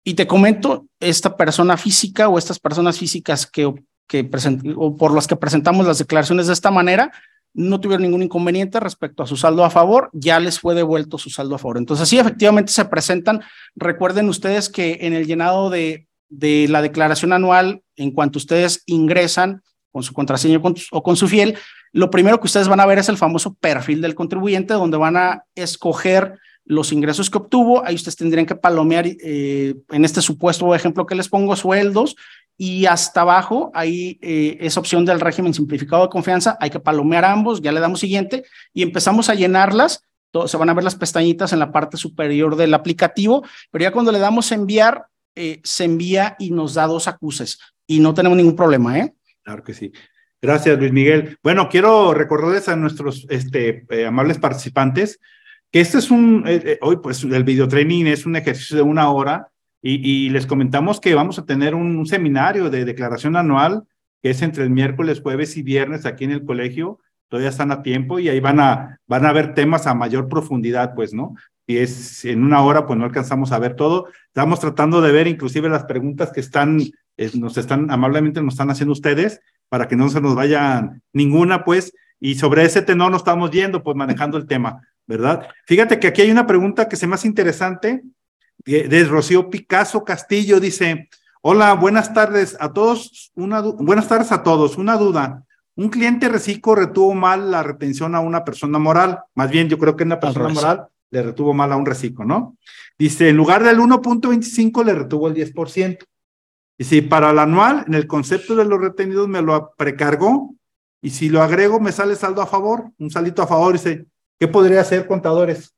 Y te comento, esta persona física o estas personas físicas que, que present, o por las que presentamos las declaraciones de esta manera, no tuvieron ningún inconveniente respecto a su saldo a favor, ya les fue devuelto su saldo a favor. Entonces, sí, efectivamente se presentan. Recuerden ustedes que en el llenado de, de la declaración anual, en cuanto ustedes ingresan con su contraseña o con, o con su fiel, lo primero que ustedes van a ver es el famoso perfil del contribuyente, donde van a escoger los ingresos que obtuvo. Ahí ustedes tendrían que palomear, eh, en este supuesto o ejemplo que les pongo, sueldos, y hasta abajo hay eh, esa opción del régimen simplificado de confianza. Hay que palomear ambos, ya le damos siguiente y empezamos a llenarlas. Todo, se van a ver las pestañitas en la parte superior del aplicativo, pero ya cuando le damos enviar, eh, se envía y nos da dos acuses y no tenemos ningún problema, ¿eh? Claro que sí. Gracias, Luis Miguel. Bueno, quiero recordarles a nuestros este, eh, amables participantes que este es un, eh, eh, hoy pues el video training es un ejercicio de una hora y, y les comentamos que vamos a tener un, un seminario de declaración anual que es entre el miércoles, jueves y viernes aquí en el colegio. Todavía están a tiempo y ahí van a, van a ver temas a mayor profundidad, pues, ¿no? Y es en una hora, pues no alcanzamos a ver todo. Estamos tratando de ver inclusive las preguntas que están, eh, nos están, amablemente nos están haciendo ustedes, para que no se nos vaya ninguna, pues, y sobre ese tenor nos estamos yendo, pues, manejando el tema, ¿verdad? Fíjate que aquí hay una pregunta que se me hace interesante, de, de Rocío Picasso Castillo, dice, hola, buenas tardes a todos, una, buenas tardes a todos, una duda. Un cliente reciclo retuvo mal la retención a una persona moral, más bien yo creo que una persona moral le retuvo mal a un reciclo, ¿no? Dice, en lugar del uno punto veinticinco le retuvo el diez por ciento. Y si para el anual, en el concepto de los retenidos me lo precargó, y si lo agrego me sale saldo a favor, un saldito a favor, dice, ¿qué podría hacer, contadores?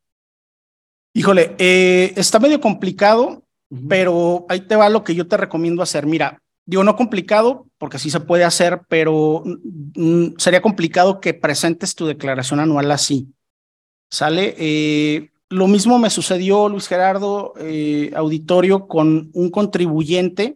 Híjole, eh, está medio complicado, uh-huh. Pero ahí te va lo que yo te recomiendo hacer. Mira, digo no complicado, porque sí se puede hacer, pero mm, sería complicado que presentes tu declaración anual así. ¿Sale? Eh, lo mismo me sucedió, Luis Gerardo, eh, auditorio, con un contribuyente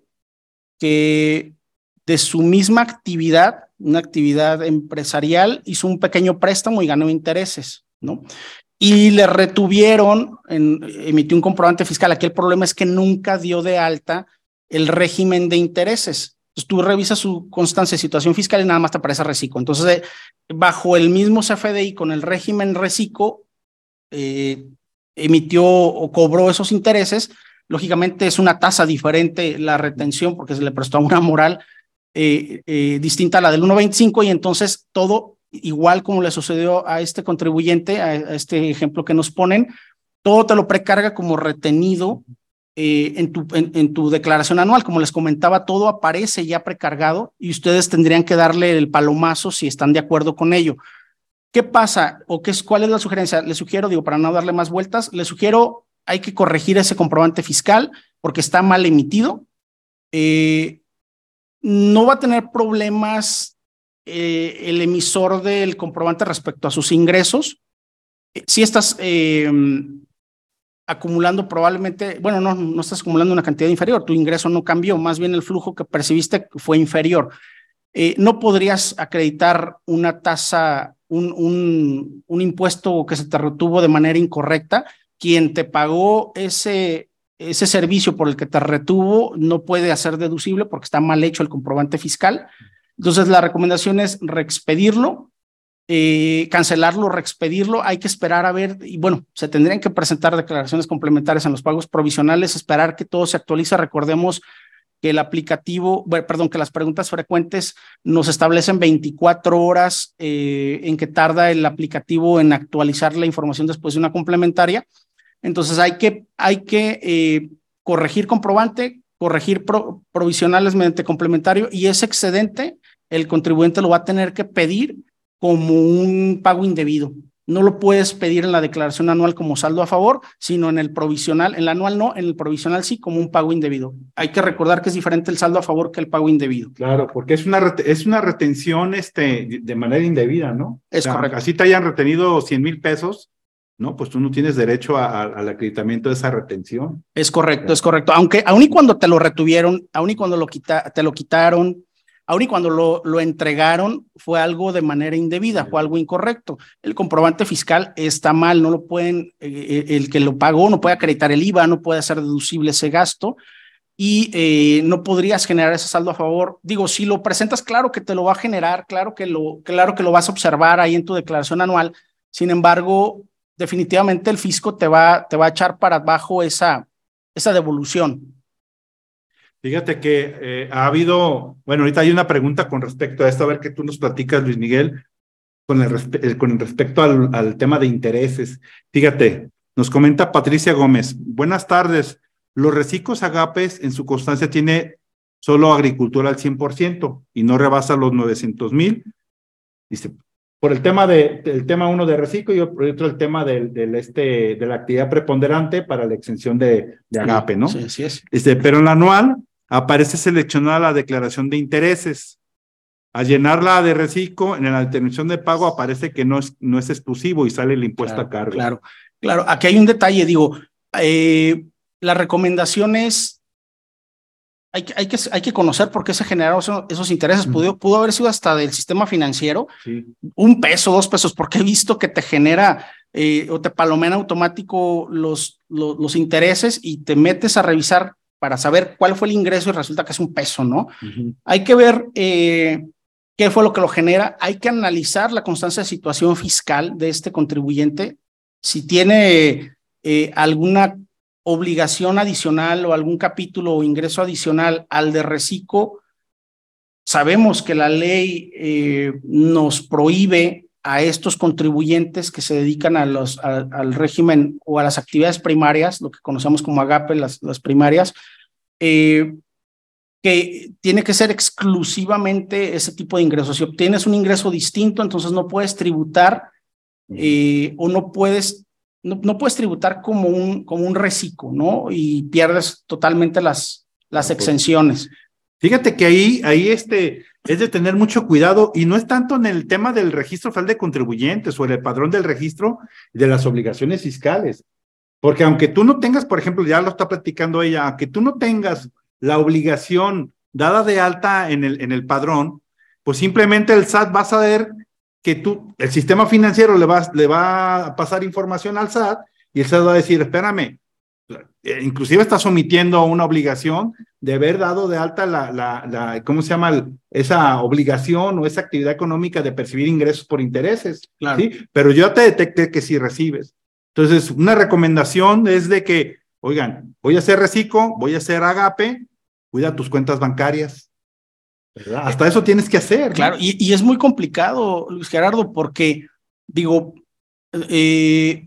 que de su misma actividad, una actividad empresarial, hizo un pequeño préstamo y ganó intereses, ¿no? Y le retuvieron, en, emitió un comprobante fiscal. Aquí el problema es que nunca dio de alta el régimen de intereses. Entonces tú revisas su constancia de situación fiscal y nada más te aparece reciclo. Entonces, eh, bajo el mismo C F D I con el régimen reciclo, eh, emitió o cobró esos intereses. Lógicamente es una tasa diferente la retención porque se le prestó a una moral eh, eh, distinta a la del uno punto veinticinco y entonces todo, igual como le sucedió a este contribuyente, a, a este ejemplo que nos ponen, todo te lo precarga como retenido eh, en, tu, en, en tu declaración anual. Como les comentaba, todo aparece ya precargado y ustedes tendrían que darle el palomazo si están de acuerdo con ello. ¿Qué pasa? ¿O qué es, cuál es la sugerencia? Les sugiero, digo, para no darle más vueltas, les sugiero, hay que corregir ese comprobante fiscal porque está mal emitido. Eh, no va a tener problemas eh, el emisor del comprobante respecto a sus ingresos. Eh, si estás eh, acumulando probablemente, bueno, no, no estás acumulando una cantidad inferior, tu ingreso no cambió, más bien el flujo que percibiste fue inferior. Eh, no podrías acreditar una tasa, un, un, un impuesto que se te retuvo de manera incorrecta. Quien te pagó ese, ese servicio por el que te retuvo no puede hacer deducible porque está mal hecho el comprobante fiscal. Entonces la recomendación es reexpedirlo, eh, cancelarlo, reexpedirlo. Hay que esperar a ver, y bueno, se tendrían que presentar declaraciones complementarias en los pagos provisionales, esperar que todo se actualice. Recordemos que el aplicativo, bueno, perdón, que las preguntas frecuentes nos establecen veinticuatro horas eh, en que tarda el aplicativo en actualizar la información después de una complementaria. Entonces hay que, hay que eh, corregir comprobante, corregir pro, provisionales mediante complementario y ese excedente el contribuyente lo va a tener que pedir como un pago indebido. No lo puedes pedir en la declaración anual como saldo a favor, sino en el provisional, en el anual no, en el provisional sí, como un pago indebido. Hay que recordar que es diferente el saldo a favor que el pago indebido. Claro, porque es una, es una retención este, de manera indebida, ¿no? Es o sea, correcto. Así te hayan retenido cien mil pesos, ¿no? Pues tú no tienes derecho a, a, al acreditamiento de esa retención. Es correcto, claro. Es correcto. Aunque, aun y cuando te lo retuvieron, aun y cuando lo quita, te lo quitaron, aun y cuando lo, lo entregaron, fue algo de manera indebida, fue algo incorrecto. El comprobante fiscal está mal, no lo pueden, eh, el que lo pagó no puede acreditar el I V A, no puede hacer deducible ese gasto. y eh, no podrías generar ese saldo a favor. Digo, si lo presentas, claro que te lo va a generar, claro que lo, claro que lo vas a observar ahí en tu declaración anual. Sin embargo, definitivamente el fisco te va, te va a echar para abajo esa, esa devolución. Fíjate que eh, ha habido, bueno, ahorita hay una pregunta con respecto a esto, a ver qué tú nos platicas, Luis Miguel, con, el respe con respecto al, al tema de intereses. Fíjate, nos comenta Patricia Gómez, buenas tardes, los reciclos Agapes en su constancia tiene solo agricultura al cien por ciento y no rebasa los novecientos mil. Dice, por el tema de, el tema uno de reciclo y otro el tema del, del este, de la actividad preponderante para la exención de, de Agape, ¿no? Sí, así es. Dice, pero en la anual aparece seleccionada la declaración de intereses. Al llenarla de reciclo, en la determinación de pago aparece que no es, no es exclusivo y sale el impuesto claro, a cargo. Claro, claro. Aquí hay un detalle, digo, eh, la recomendación es, hay que, hay, que, hay que conocer por qué se generaron esos, esos intereses. Pudo, pudo haber sido hasta del sistema financiero, sí. Un peso, dos pesos, porque he visto que te genera eh, o te palomea automático los, los, los intereses y te metes a revisar para saber cuál fue el ingreso y resulta que es un peso, ¿no? Uh-huh. Hay que ver eh, qué fue lo que lo genera, hay que analizar la constancia de situación fiscal de este contribuyente, si tiene eh, alguna obligación adicional o algún capítulo o ingreso adicional al de reciclo. Sabemos que la ley eh, nos prohíbe a estos contribuyentes que se dedican a los, a, al régimen o a las actividades primarias, lo que conocemos como Agape, las, las primarias, eh, que tiene que ser exclusivamente ese tipo de ingresos. Si obtienes un ingreso distinto, entonces no puedes tributar eh, o no puedes, no, no puedes tributar como un, como un reciclo, ¿no? Y pierdes totalmente las, las exenciones. Fíjate que ahí, ahí este, es de tener mucho cuidado y no es tanto en el tema del registro federal de contribuyentes o en el padrón del registro de las obligaciones fiscales. Porque aunque tú no tengas, por ejemplo, ya lo está platicando ella, aunque tú no tengas la obligación dada de alta en el, en el padrón, pues simplemente el S A T va a saber que tú, el sistema financiero le va, le va a pasar información al S A T y el S A T va a decir, espérame, inclusive estás omitiendo una obligación de haber dado de alta la, la, la ¿cómo se llama? Esa obligación o esa actividad económica de percibir ingresos por intereses, claro. ¿Sí? Pero yo te detecté que sí recibes. Entonces, una recomendación es de que, oigan, voy a hacer reciclo, voy a hacer Agape, cuida tus cuentas bancarias, ¿verdad? Hasta eso tienes que hacer, ¿no? Claro, y, y es muy complicado, Luis Gerardo, porque, digo, eh,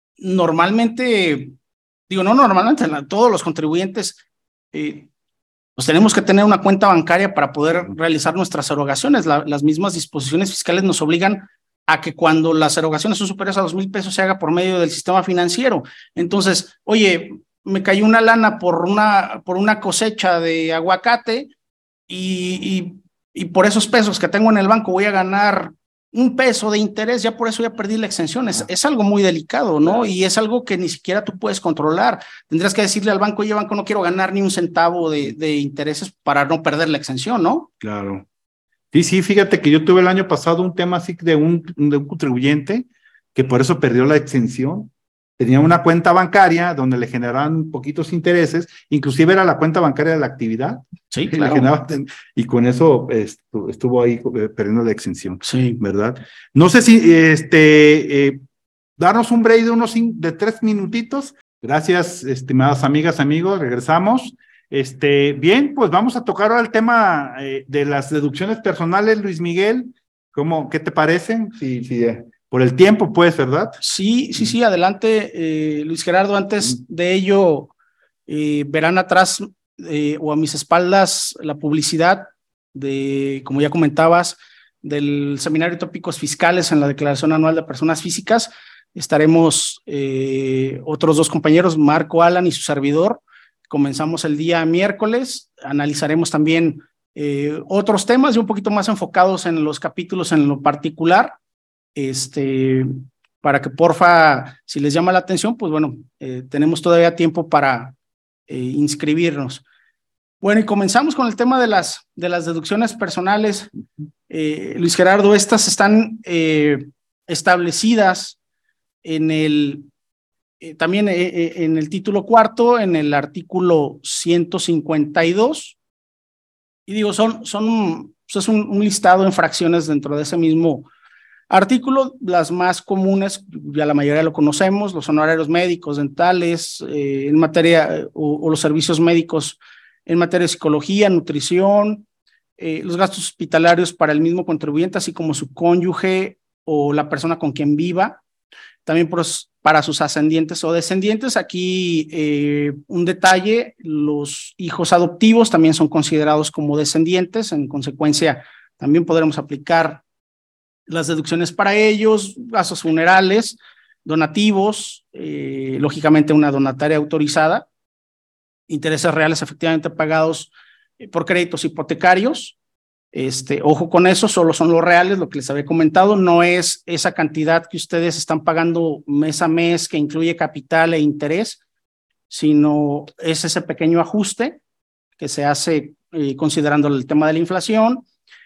normalmente, digo, no normalmente, todos los contribuyentes, eh, pues tenemos que tener una cuenta bancaria para poder realizar nuestras erogaciones. La, las mismas disposiciones fiscales nos obligan a que cuando las erogaciones son superiores a dos mil pesos se haga por medio del sistema financiero. Entonces, oye, me cayó una lana por una, por una cosecha de aguacate y, y, y por esos pesos que tengo en el banco voy a ganar un peso de interés, ya por eso ya perdí la exención. Es, es algo muy delicado, ¿no? Y es algo que ni siquiera tú puedes controlar. Tendrás que decirle al banco, oye, banco, no quiero ganar ni un centavo de, de intereses para no perder la exención, ¿no? Claro. Sí, sí, fíjate que yo tuve el año pasado un tema así de un, de un contribuyente que por eso perdió la exención. Tenía una cuenta bancaria donde le generaban poquitos intereses, inclusive era la cuenta bancaria de la actividad. Sí, claro. Y, generaba, y con eso estuvo, estuvo ahí perdiendo la exención. Sí. ¿Verdad? No sé si, este, eh, darnos un break de unos de tres minutitos. Gracias, estimadas amigas, amigos, regresamos. Este, bien, pues vamos a tocar ahora el tema eh, de las deducciones personales, Luis Miguel. ¿Cómo, qué te parecen? Sí, sí, eh. Por el tiempo, pues, ¿verdad? Sí, sí, sí, adelante, eh, Luis Gerardo. Antes de ello, eh, verán atrás eh, o a mis espaldas la publicidad de, como ya comentabas, del Seminario de Tópicos Fiscales en la Declaración Anual de Personas Físicas. Estaremos eh, otros dos compañeros, Marco Alan y su servidor. Comenzamos el día miércoles. Analizaremos también eh, otros temas y un poquito más enfocados en los capítulos en lo particular. Este, para que porfa, si les llama la atención, pues bueno, eh, tenemos todavía tiempo para eh, inscribirnos. Bueno, y comenzamos con el tema de las, de las deducciones personales. Eh, Luis Gerardo, estas están eh, establecidas en el, eh, también eh, en el título cuarto, en el artículo ciento cincuenta y dos, y digo, son, son pues es un, un listado de infracciones dentro de ese mismo artículo. Las más comunes, ya la mayoría lo conocemos, los honorarios médicos, dentales, eh, en materia, o, o los servicios médicos en materia de psicología, nutrición, eh, los gastos hospitalarios para el mismo contribuyente, así como su cónyuge o la persona con quien viva, también pros, para sus ascendientes o descendientes. Aquí eh, un detalle, los hijos adoptivos también son considerados como descendientes, en consecuencia también podremos aplicar las deducciones para ellos, gastos funerales, donativos, eh, lógicamente una donataria autorizada, intereses reales efectivamente pagados por créditos hipotecarios. Este, ojo con eso, solo son los reales, lo que les había comentado, no es esa cantidad que ustedes están pagando mes a mes que incluye capital e interés, sino es ese pequeño ajuste que se hace eh, considerando el tema de la inflación.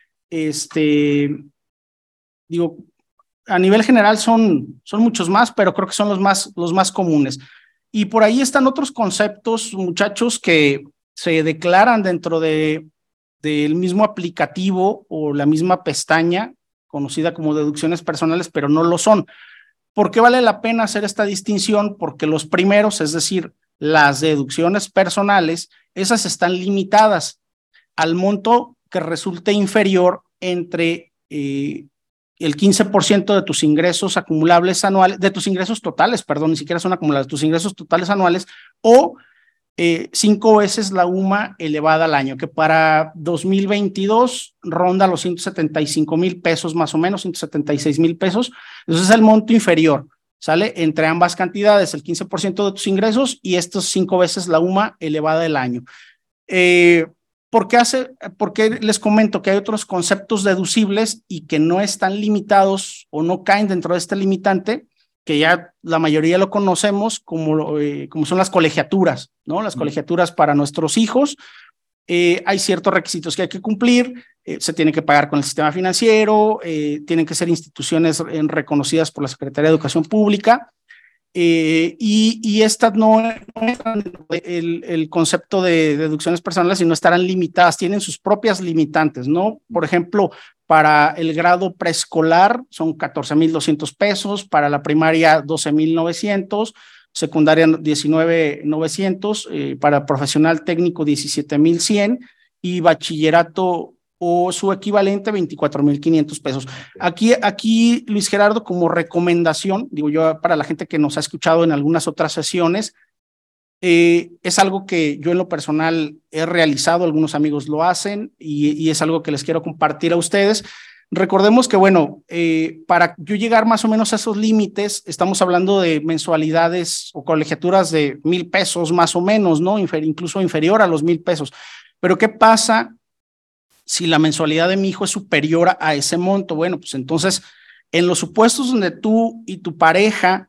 Este, digo, a nivel general son, son muchos más, pero creo que son los más, los más comunes. Y por ahí están otros conceptos, muchachos, que se declaran dentro de del mismo aplicativo o la misma pestaña conocida como deducciones personales, pero no lo son. ¿Por qué vale la pena hacer esta distinción? Porque los primeros, es decir, las deducciones personales, esas están limitadas al monto que resulte inferior entre eh, el quince por ciento de tus ingresos acumulables anuales, de tus ingresos totales, perdón, ni siquiera son acumulables, tus ingresos totales anuales, o Eh, cinco veces la U M A elevada al año, que para dos mil veintidós ronda los ciento setenta y cinco mil pesos más o menos, ciento setenta y seis mil pesos. Entonces es el monto inferior, ¿sale? Entre ambas cantidades, el quince por ciento de tus ingresos y estos cinco veces la U M A elevada al año. Eh, ¿por qué hace, por qué les comento que hay otros conceptos deducibles y que no están limitados o no caen dentro de este limitante? Que ya la mayoría lo conocemos como, eh, como son las colegiaturas, ¿no? Las colegiaturas para nuestros hijos. Eh, hay ciertos requisitos que hay que cumplir, eh, se tiene que pagar con el sistema financiero, eh, tienen que ser instituciones eh, reconocidas por la Secretaría de Educación Pública, eh, y, y estas no, no están el, el concepto de deducciones personales y no estarán limitadas, tienen sus propias limitantes, ¿no? Por ejemplo, para el grado preescolar son catorce mil doscientos pesos, para la primaria doce mil novecientos, secundaria diecinueve mil novecientos, eh, para profesional técnico diecisiete mil cien y bachillerato o su equivalente veinticuatro mil quinientos pesos. Aquí, aquí, Luis Gerardo, como recomendación, digo yo, para la gente que nos ha escuchado en algunas otras sesiones, Eh, es algo que yo en lo personal he realizado, algunos amigos lo hacen y, y es algo que les quiero compartir a ustedes. Recordemos que, bueno, eh, para yo llegar más o menos a esos límites, estamos hablando de mensualidades o colegiaturas de mil pesos más o menos, ¿no? Infer, incluso inferior a los mil pesos. Pero ¿qué pasa si la mensualidad de mi hijo es superior a, a ese monto? Bueno, pues entonces, en los supuestos donde tú y tu pareja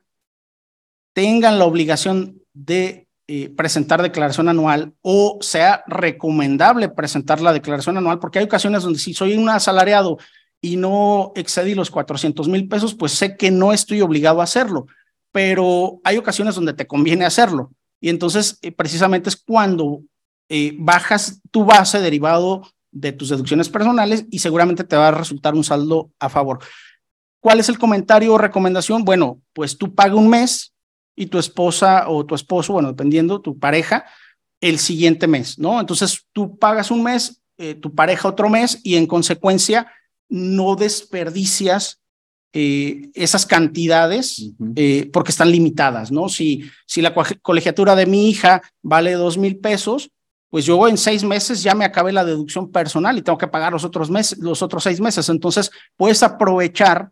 tengan la obligación de Eh, presentar declaración anual o sea recomendable presentar la declaración anual, porque hay ocasiones donde si soy un asalariado y no excedí los cuatrocientos mil pesos, pues sé que no estoy obligado a hacerlo, pero hay ocasiones donde te conviene hacerlo y entonces eh, precisamente es cuando eh, bajas tu base derivado de tus deducciones personales y seguramente te va a resultar un saldo a favor. ¿Cuál es el comentario o recomendación? Bueno, pues tú paga un mes y tu esposa o tu esposo, bueno, dependiendo, tu pareja, el siguiente mes, ¿no? Entonces tú pagas un mes, eh, tu pareja otro mes y en consecuencia no desperdicias eh, esas cantidades uh-huh. eh, porque están limitadas, ¿no? Si, si la colegiatura de mi hija vale dos mil pesos, pues yo en seis meses ya me acabé la deducción personal y tengo que pagar los otros meses, los otros seis meses. Entonces puedes aprovechar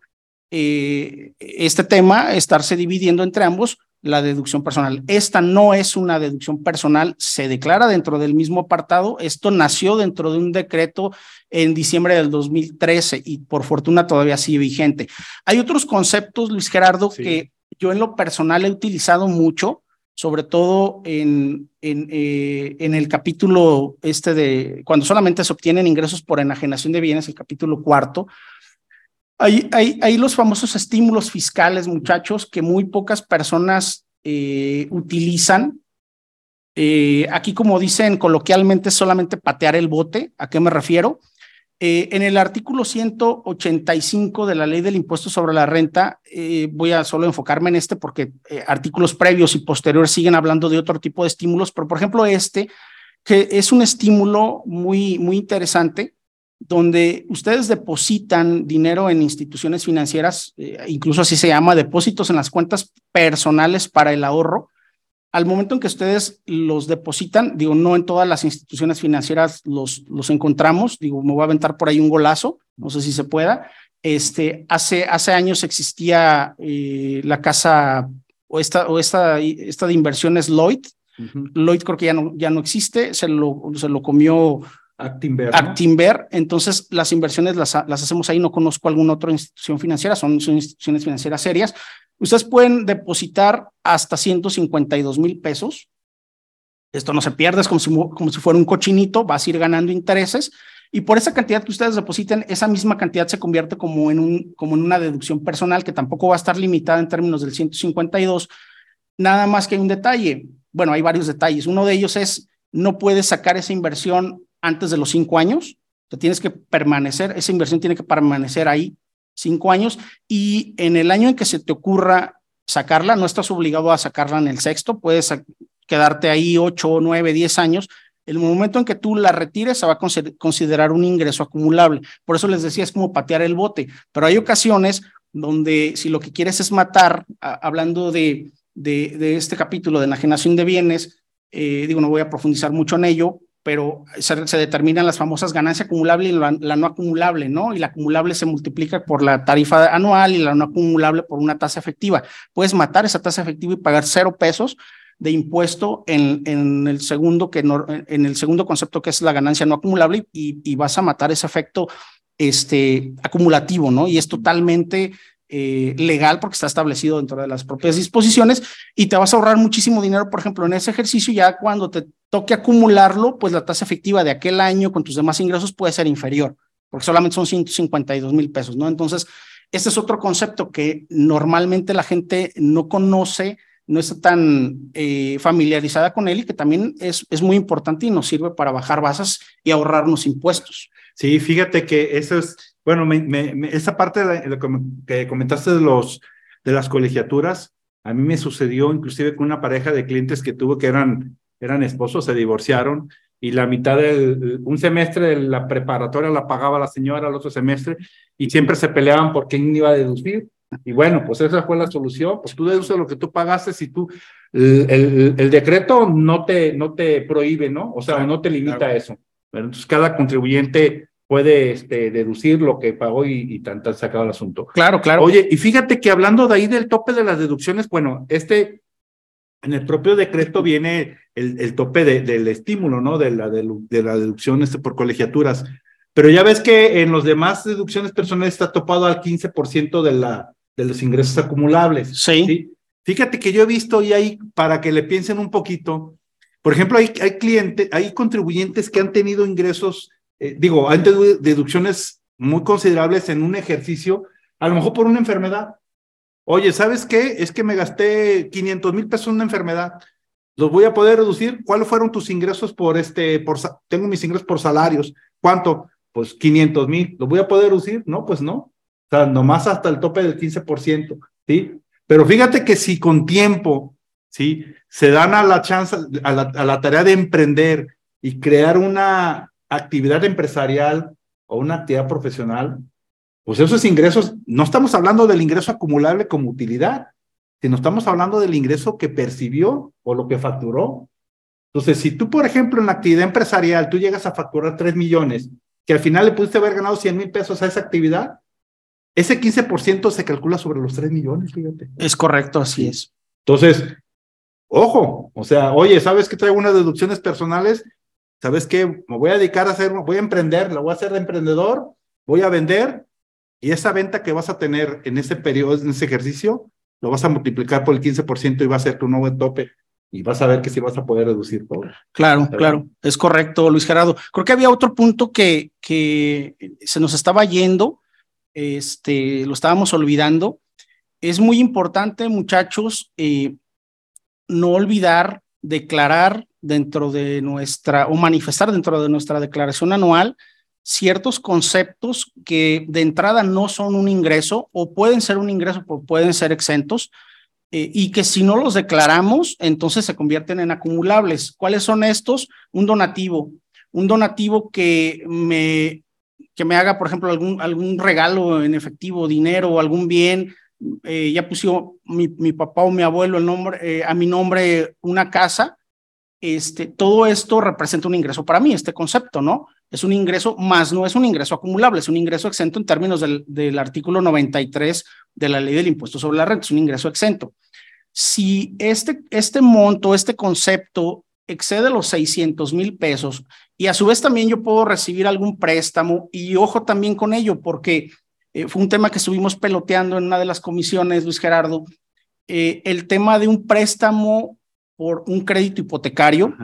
eh, este tema, estarse dividiendo entre ambos la deducción personal. Esta no es una deducción personal, se declara dentro del mismo apartado. Esto nació dentro de un decreto en diciembre del dos mil trece y por fortuna todavía sigue vigente. Hay otros conceptos, Luis Gerardo, sí. que yo en lo personal he utilizado mucho, sobre todo en, en, eh, en el capítulo este de cuando solamente se obtienen ingresos por enajenación de bienes, el capítulo cuarto. Hay, hay, hay los famosos estímulos fiscales, muchachos, que muy pocas personas eh, utilizan. Eh, aquí, como dicen coloquialmente, es solamente patear el bote. ¿A qué me refiero? Eh, en el artículo ciento ochenta y cinco de la Ley del Impuesto sobre la Renta, eh, voy a solo enfocarme en este porque eh, artículos previos y posteriores siguen hablando de otro tipo de estímulos, pero por ejemplo este, que es un estímulo muy, muy interesante, donde ustedes depositan dinero en instituciones financieras, eh, incluso así se llama, depósitos en las cuentas personales para el ahorro. Al momento en que ustedes los depositan, digo, no en todas las instituciones financieras los, los encontramos, digo, me voy a aventar por ahí un golazo, no sé si se pueda. Este, hace, hace años existía eh, la casa o esta, o esta, esta de inversiones Lloyd. Uh-huh. Lloyd creo que ya no, ya no existe, se lo, se lo comió Actinver, ¿no? Actinver. Entonces las inversiones las, las hacemos ahí, no conozco alguna otra institución financiera, son, son instituciones financieras serias. Ustedes pueden depositar hasta ciento cincuenta y dos mil pesos. Esto no se pierde, es como si, como si fuera un cochinito, vas a ir ganando intereses y por esa cantidad que ustedes depositen, esa misma cantidad se convierte como en, un, como en una deducción personal que tampoco va a estar limitada en términos del ciento cincuenta y dos. Nada más que hay un detalle. Bueno, hay varios detalles. Uno de ellos es no puedes sacar esa inversión antes de los cinco años. Te tienes que permanecer, esa inversión tiene que permanecer ahí cinco años y en el año en que se te ocurra sacarla, no estás obligado a sacarla en el sexto, puedes quedarte ahí ocho, nueve, diez años. El momento en que tú la retires se va a considerar un ingreso acumulable. Por eso les decía, es como patear el bote, pero hay ocasiones donde si lo que quieres es matar, a, hablando de, de, de este capítulo de enajenación de bienes, eh, digo, no voy a profundizar mucho en ello, pero se, se determinan las famosas ganancia acumulable y la, la no acumulable, ¿no? Y la acumulable se multiplica por la tarifa anual y la no acumulable por una tasa efectiva. Puedes matar esa tasa efectiva y pagar cero pesos de impuesto en, en, el segundo que no, en el segundo concepto que es la ganancia no acumulable y, y vas a matar ese efecto este, acumulativo, ¿no? Y es totalmente eh, legal porque está establecido dentro de las propias disposiciones y te vas a ahorrar muchísimo dinero, por ejemplo, en ese ejercicio. Ya cuando te toque acumularlo, pues la tasa efectiva de aquel año con tus demás ingresos puede ser inferior, porque solamente son ciento cincuenta y dos mil pesos, ¿no? Entonces, este es otro concepto que normalmente la gente no conoce, no está tan eh, familiarizada con él y que también es, es muy importante y nos sirve para bajar bases y ahorrarnos impuestos. Sí, fíjate que eso es, bueno, me, me, me, esa parte de lo que comentaste de, los, de las colegiaturas, a mí me sucedió inclusive con una pareja de clientes que tuvo que eran, eran esposos, se divorciaron y la mitad del, un semestre de la preparatoria la pagaba la señora, el otro semestre, y siempre se peleaban por quién iba a deducir. Y bueno, pues esa fue la solución, pues tú deduces lo que tú pagaste si tú, el, el, el decreto no te, no te prohíbe, ¿no? O sea, claro, no te limita claro. a eso. Pero entonces cada contribuyente puede este, deducir lo que pagó y, y tan, tan sacado el asunto. Claro, claro. Oye, y fíjate que hablando de ahí del tope de las deducciones, bueno, este, en el propio decreto viene el, el tope de, del estímulo, ¿no? De la, de, de la deducción este, por colegiaturas. Pero ya ves que en los demás deducciones personales está topado al quince por ciento de la de los ingresos acumulables. Sí. ¿sí? Fíjate que yo he visto y ahí, para que le piensen un poquito, por ejemplo, hay, hay clientes, hay contribuyentes que han tenido ingresos, eh, digo, han tenido deducciones muy considerables en un ejercicio, a lo mejor por una enfermedad. Oye, ¿sabes qué? Es que me gasté quinientos mil pesos en una enfermedad. ¿Los voy a poder reducir? ¿Cuáles fueron tus ingresos por este, por, tengo mis ingresos por salarios? ¿Cuánto? Pues quinientos mil. ¿Los voy a poder reducir? No, pues no. O sea, nomás hasta el tope del quince por ciento, ¿sí? Pero fíjate que si con tiempo, ¿sí? Se dan a la chance, a la, a la tarea de emprender y crear una actividad empresarial o una actividad profesional, pues esos ingresos, no estamos hablando del ingreso acumulable como utilidad, sino estamos hablando del ingreso que percibió o lo que facturó. Entonces, si tú, por ejemplo, en la actividad empresarial, tú llegas a facturar tres millones, que al final le pudiste haber ganado cien mil pesos a esa actividad, ese quince por ciento se calcula sobre los tres millones, fíjate. Es correcto, así es. Entonces, ojo, o sea, oye, ¿sabes que traigo unas deducciones personales? ¿Sabes qué? Me voy a dedicar a hacer, voy a emprender, la voy a hacer de emprendedor, voy a vender, y esa venta que vas a tener en ese periodo, en ese ejercicio, lo vas a multiplicar por el quince por ciento y va a ser tu nuevo tope, y vas a ver que sí vas a poder reducir todo. Claro, ¿verdad? Claro, es correcto, Luis Gerardo. Creo que había otro punto que, que se nos estaba yendo, este, lo estábamos olvidando. Es muy importante, muchachos, eh, no olvidar declarar dentro de nuestra, o manifestar dentro de nuestra declaración anual ciertos conceptos que de entrada no son un ingreso o pueden ser un ingreso, o pueden ser exentos, eh, y que si no los declaramos, entonces se convierten en acumulables. ¿Cuáles son estos? Un donativo, un donativo que me, que me haga, por ejemplo, algún, algún regalo en efectivo, dinero o algún bien. Eh, ya puso mi, mi papá o mi abuelo el nombre, eh, a mi nombre una casa. Este, todo esto representa un ingreso para mí, este concepto, ¿no? Es un ingreso, más no es un ingreso acumulable, es un ingreso exento en términos del, del artículo noventa y tres de la ley del impuesto sobre la renta, es un ingreso exento. Si este, este monto, este concepto excede los seiscientos mil pesos y a su vez también yo puedo recibir algún préstamo, y ojo también con ello, porque eh, fue un tema que estuvimos peloteando en una de las comisiones, Luis Gerardo, eh, el tema de un préstamo por un crédito hipotecario,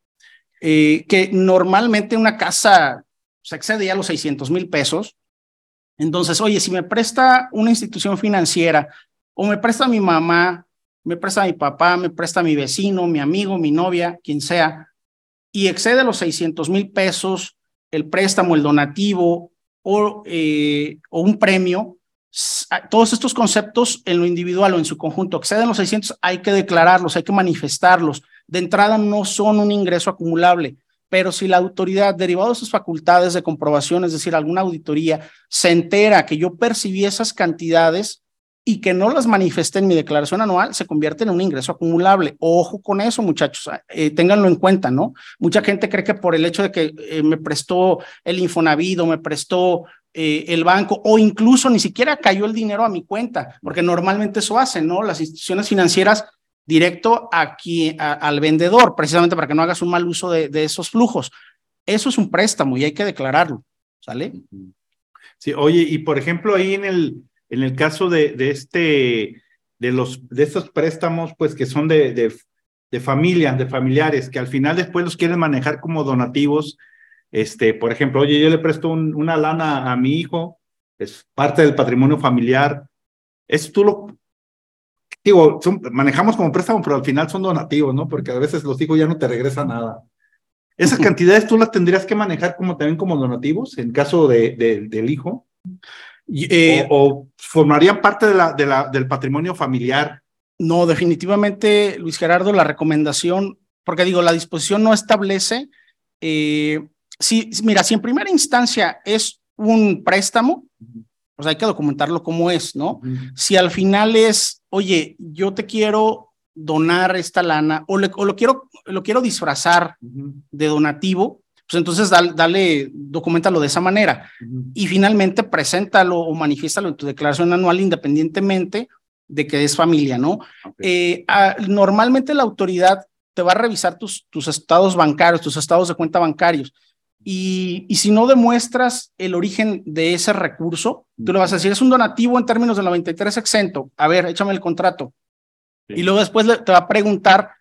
eh, que normalmente una casa se excede a los seiscientos mil pesos. Entonces, oye, si me presta una institución financiera o me presta mi mamá, me presta mi papá, me presta mi vecino, mi amigo, mi novia, quien sea, y excede los seiscientos mil pesos, el préstamo, el donativo o, eh, o un premio, todos estos conceptos en lo individual o en su conjunto exceden los seiscientos, hay que declararlos, hay que manifestarlos. De entrada no son un ingreso acumulable, pero si la autoridad, derivado de sus facultades de comprobación, es decir, alguna auditoría, se entera que yo percibí esas cantidades y que no las manifesté en mi declaración anual, se convierte en un ingreso acumulable. Ojo con eso, muchachos, eh, ténganlo en cuenta, ¿no? Mucha gente cree que por el hecho de que eh, me prestó el Infonavit o me prestó eh, el banco, o incluso ni siquiera cayó el dinero a mi cuenta, porque normalmente eso hacen, ¿no? Las instituciones financieras directo aquí a, al vendedor, precisamente para que no hagas un mal uso de, de esos flujos. Eso es un préstamo y hay que declararlo, ¿sale? Sí, oye, y por ejemplo, ahí en el, en el caso de, de este, de los, de estos préstamos, pues que son de, de, de familia, de familiares, que al final después los quieren manejar como donativos. Este, por ejemplo, oye, yo le presto un, una lana a mi hijo, es parte del patrimonio familiar. Eso tú lo, digo, son, manejamos como préstamo, pero al final son donativos, ¿no? Porque a veces los hijos ya no te regresan nada. ¿Esas cantidades tú las tendrías que manejar como también como donativos en caso de, de, del hijo? Eh, o, ¿O formarían parte de la, de la, del patrimonio familiar? No, definitivamente, Luis Gerardo, la recomendación, porque digo, la disposición no establece, eh, si, mira, si en primera instancia es un préstamo, pues hay que documentarlo como es, ¿no? Uh-huh. Si al final es, oye, yo te quiero donar esta lana, o, le, o lo, quiero, lo quiero disfrazar uh-huh. de donativo, pues entonces dale, dale, documentalo de esa manera. Uh-huh. Y finalmente preséntalo o manifiéstalo en tu declaración anual independientemente de que es familia, ¿no? Okay. Eh, a, normalmente la autoridad te va a revisar tus, tus estados bancarios, tus estados de cuenta bancarios. Y, y si no demuestras el origen de ese recurso, tú le vas a decir, es un donativo en términos del noventa y tres exento. A ver, échame el contrato. Sí. Y luego después le, te va a preguntar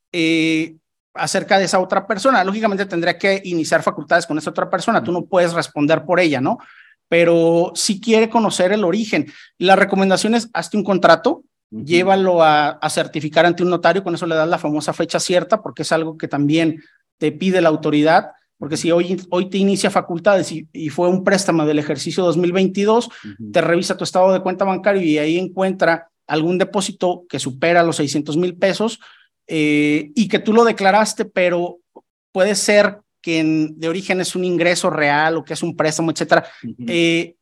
eh, acerca de esa otra persona. Lógicamente tendría que iniciar facultades con esa otra persona. Tú no puedes responder por ella, ¿no? Pero si quiere conocer el origen. La recomendación es, hazte un contrato, uh-huh. llévalo a, a certificar ante un notario, con eso le das la famosa fecha cierta, porque es algo que también te pide la autoridad. Porque si hoy, hoy te inicia facultades y, y fue un préstamo del ejercicio dos mil veintidós, uh-huh. te revisa tu estado de cuenta bancario y ahí encuentra algún depósito que supera los seiscientos mil pesos eh, y que tú lo declaraste, pero puede ser que en, de origen es un ingreso real o que es un préstamo, etcétera. Uh-huh. Eh,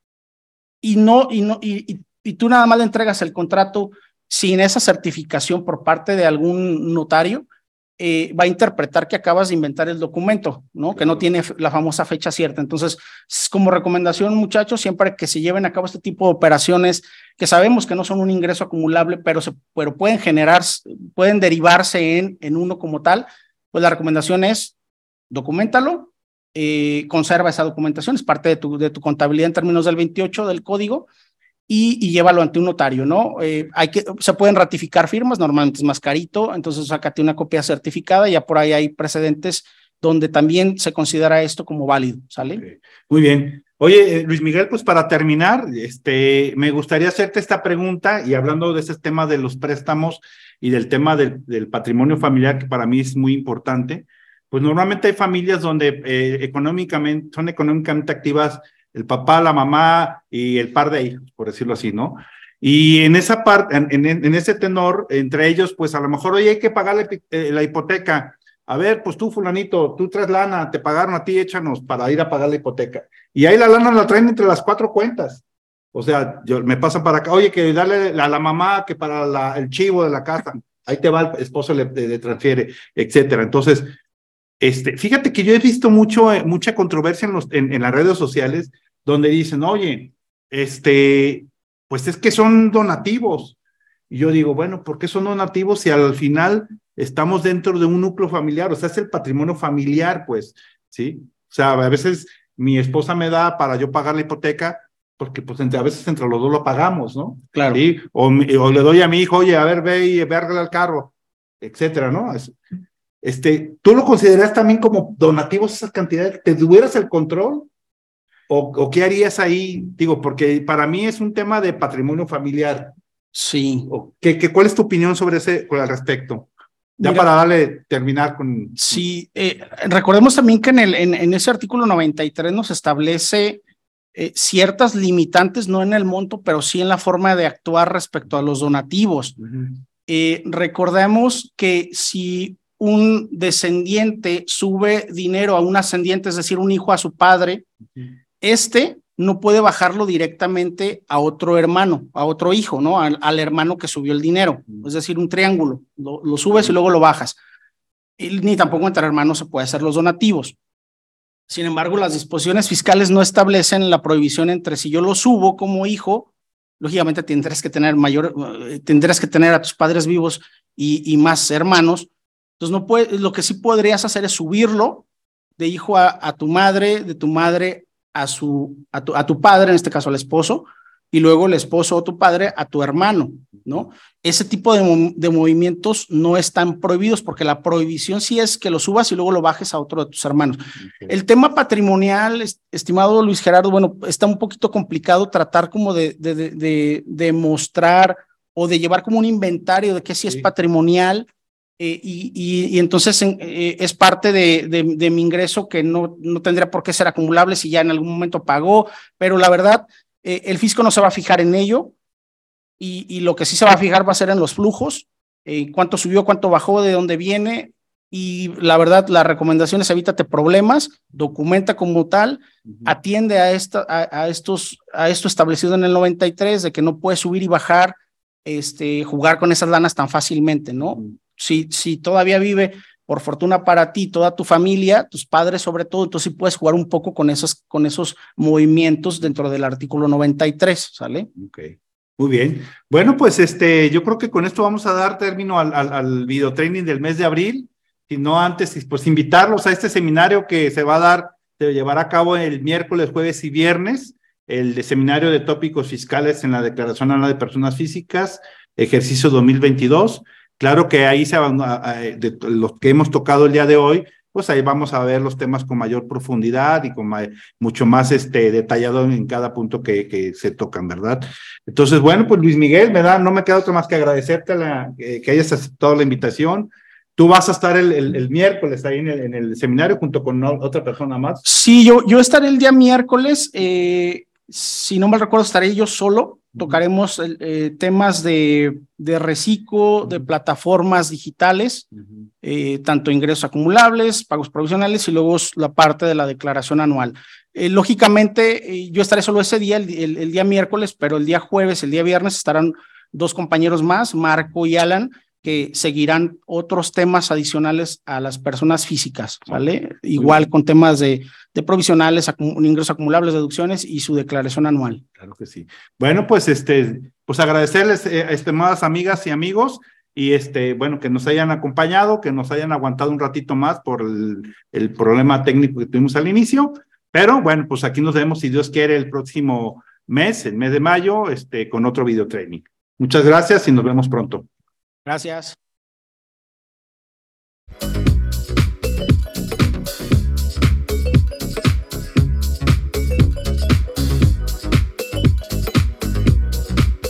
y, no, y, no, y, y, y tú nada más le entregas el contrato sin esa certificación por parte de algún notario. Eh, va a interpretar que acabas de inventar el documento, ¿no? Que no tiene la famosa fecha cierta. Entonces, como recomendación, muchachos, siempre que se lleven a cabo este tipo de operaciones, que sabemos que no son un ingreso acumulable, pero, se, pero pueden generar, pueden derivarse en, en uno como tal, pues la recomendación es, documentalo, eh, conserva esa documentación, es parte de tu, de tu contabilidad en términos del veintiocho del código, Y, y llévalo ante un notario, ¿no? Eh, hay que, se pueden ratificar firmas, normalmente es más carito, entonces sácate una copia certificada, ya por ahí hay precedentes donde también se considera esto como válido, ¿sale? Okay. Muy bien. Oye, Luis Miguel, pues para terminar, este, me gustaría hacerte esta pregunta, y hablando de ese tema de los préstamos, y del tema del, del patrimonio familiar, que para mí es muy importante, pues normalmente hay familias donde eh, económicamente, son económicamente activas el papá, la mamá y el par de hijos, por decirlo así, ¿no? Y en esa parte, en, en, en ese tenor, entre ellos, pues a lo mejor, oye, hay que pagar la, eh, la hipoteca. A ver, pues tú, fulanito, tú traes lana, te pagaron a ti, échanos para ir a pagar la hipoteca. Y ahí la lana la traen entre las cuatro cuentas. O sea, yo, me pasan para acá, oye, que darle a la mamá que para la, el chivo de la casa, ahí te va el esposo, le, le transfiere, etcétera. Entonces, este, fíjate que yo he visto mucho, eh, mucha controversia en, los, en, en las redes sociales donde dicen, oye, este, pues es que son donativos. Y yo digo, bueno, ¿por qué son donativos si al final estamos dentro de un núcleo familiar? O sea, es el patrimonio familiar, pues, ¿sí? O sea, a veces mi esposa me da para yo pagar la hipoteca, porque pues entre, a veces entre los dos lo pagamos, ¿no? Claro. ¿Sí? O, o le doy a mi hijo, oye, a ver, ve y ve al carro, etcétera, ¿no? Es, este, ¿tú lo consideras también como donativos esas cantidades? ¿Te tuvieras el control? ¿O, ¿O qué harías ahí? Digo, porque para mí es un tema de patrimonio familiar. Sí. ¿O qué, qué, ¿Cuál es tu opinión sobre ese, al respecto? Ya Mira, para darle, terminar con... Sí, eh, recordemos también que en, el, en, en ese artículo noventa y tres nos establece eh, ciertas limitantes, no en el monto, pero sí en la forma de actuar respecto a los donativos. Uh-huh. Eh, recordemos que si un descendiente sube dinero a un ascendiente, es decir, un hijo a su padre, uh-huh. este no puede bajarlo directamente a otro hermano, a otro hijo, ¿no? Al, al hermano que subió el dinero, uh-huh. es decir, un triángulo, lo, lo subes uh-huh. y luego lo bajas. Y, ni tampoco entre hermanos se puede hacer los donativos. Sin embargo, las disposiciones fiscales no establecen la prohibición entre si yo lo subo como hijo, lógicamente tendrás que tener mayor, tendrás que tener a tus padres vivos y, y más hermanos. Entonces, no puede, lo que sí podrías hacer es subirlo de hijo a, a tu madre, de tu madre a, su, a, tu, a tu padre, en este caso al esposo, y luego el esposo o tu padre a tu hermano, ¿no? Ese tipo de, de movimientos no están prohibidos porque la prohibición sí es que lo subas y luego lo bajes a otro de tus hermanos. Okay. El tema patrimonial, estimado Luis Gerardo, bueno, está un poquito complicado tratar como de, de, de, de, de mostrar o de llevar como un inventario de qué sí es sí. patrimonial eh, y, y, y entonces eh, es parte de, de, de mi ingreso que no, no tendría por qué ser acumulable si ya en algún momento pagó, pero la verdad, eh, el fisco no se va a fijar en ello. Y, y lo que sí se va a fijar va a ser en los flujos, eh, cuánto subió, cuánto bajó, de dónde viene, y la verdad, la recomendación es evítate problemas, documenta como tal, uh-huh. atiende a, esta, a, a, estos, a esto establecido en el noventa y tres, de que no puedes subir y bajar, este, jugar con esas lanas tan fácilmente, ¿no? Uh-huh. Si, si todavía vive, por fortuna para ti, toda tu familia, tus padres sobre todo, entonces sí puedes jugar un poco con esos, con esos movimientos dentro del artículo noventa y tres, ¿sale? Ok. Muy bien. Bueno, pues este, yo creo que con esto vamos a dar término al, al, al videotraining del mes de abril. Si no antes, pues invitarlos a este seminario que se va a dar, se llevará a cabo el miércoles, jueves y viernes, el de seminario de tópicos fiscales en la Declaración Anual de Personas Físicas, ejercicio dos mil veintidós. Claro que ahí se van, de los que hemos tocado el día de hoy, pues ahí vamos a ver los temas con mayor profundidad y con ma mucho más este, detallado en cada punto que, que se tocan, ¿verdad? Entonces, bueno, pues Luis Miguel, me da, no me queda otro más que agradecerte la, eh, que hayas aceptado la invitación. Tú vas a estar el, el, el miércoles ahí en el, en el seminario junto con otra persona más. Sí, yo, yo estaré el día miércoles, eh, si no mal recuerdo estaré yo solo. Tocaremos eh, temas de, de reciclo, de plataformas digitales, uh-huh. eh, tanto ingresos acumulables, pagos provisionales y luego la parte de la declaración anual. Eh, lógicamente, eh, yo estaré solo ese día, el, el, el día miércoles, pero el día jueves, el día viernes estarán dos compañeros más, Marco y Alan, que seguirán otros temas adicionales a las personas físicas, ¿vale? Okay. Igual con temas de, de provisionales, acum ingresos acumulables, deducciones y su declaración anual. Claro que sí. Bueno, pues este, pues agradecerles, eh, estimadas amigas y amigos, y este, bueno, que nos hayan acompañado, que nos hayan aguantado un ratito más por el, el problema técnico que tuvimos al inicio, pero bueno, pues aquí nos vemos, si Dios quiere, el próximo mes, el mes de mayo, este, con otro video training. Muchas gracias y nos vemos pronto. Gracias.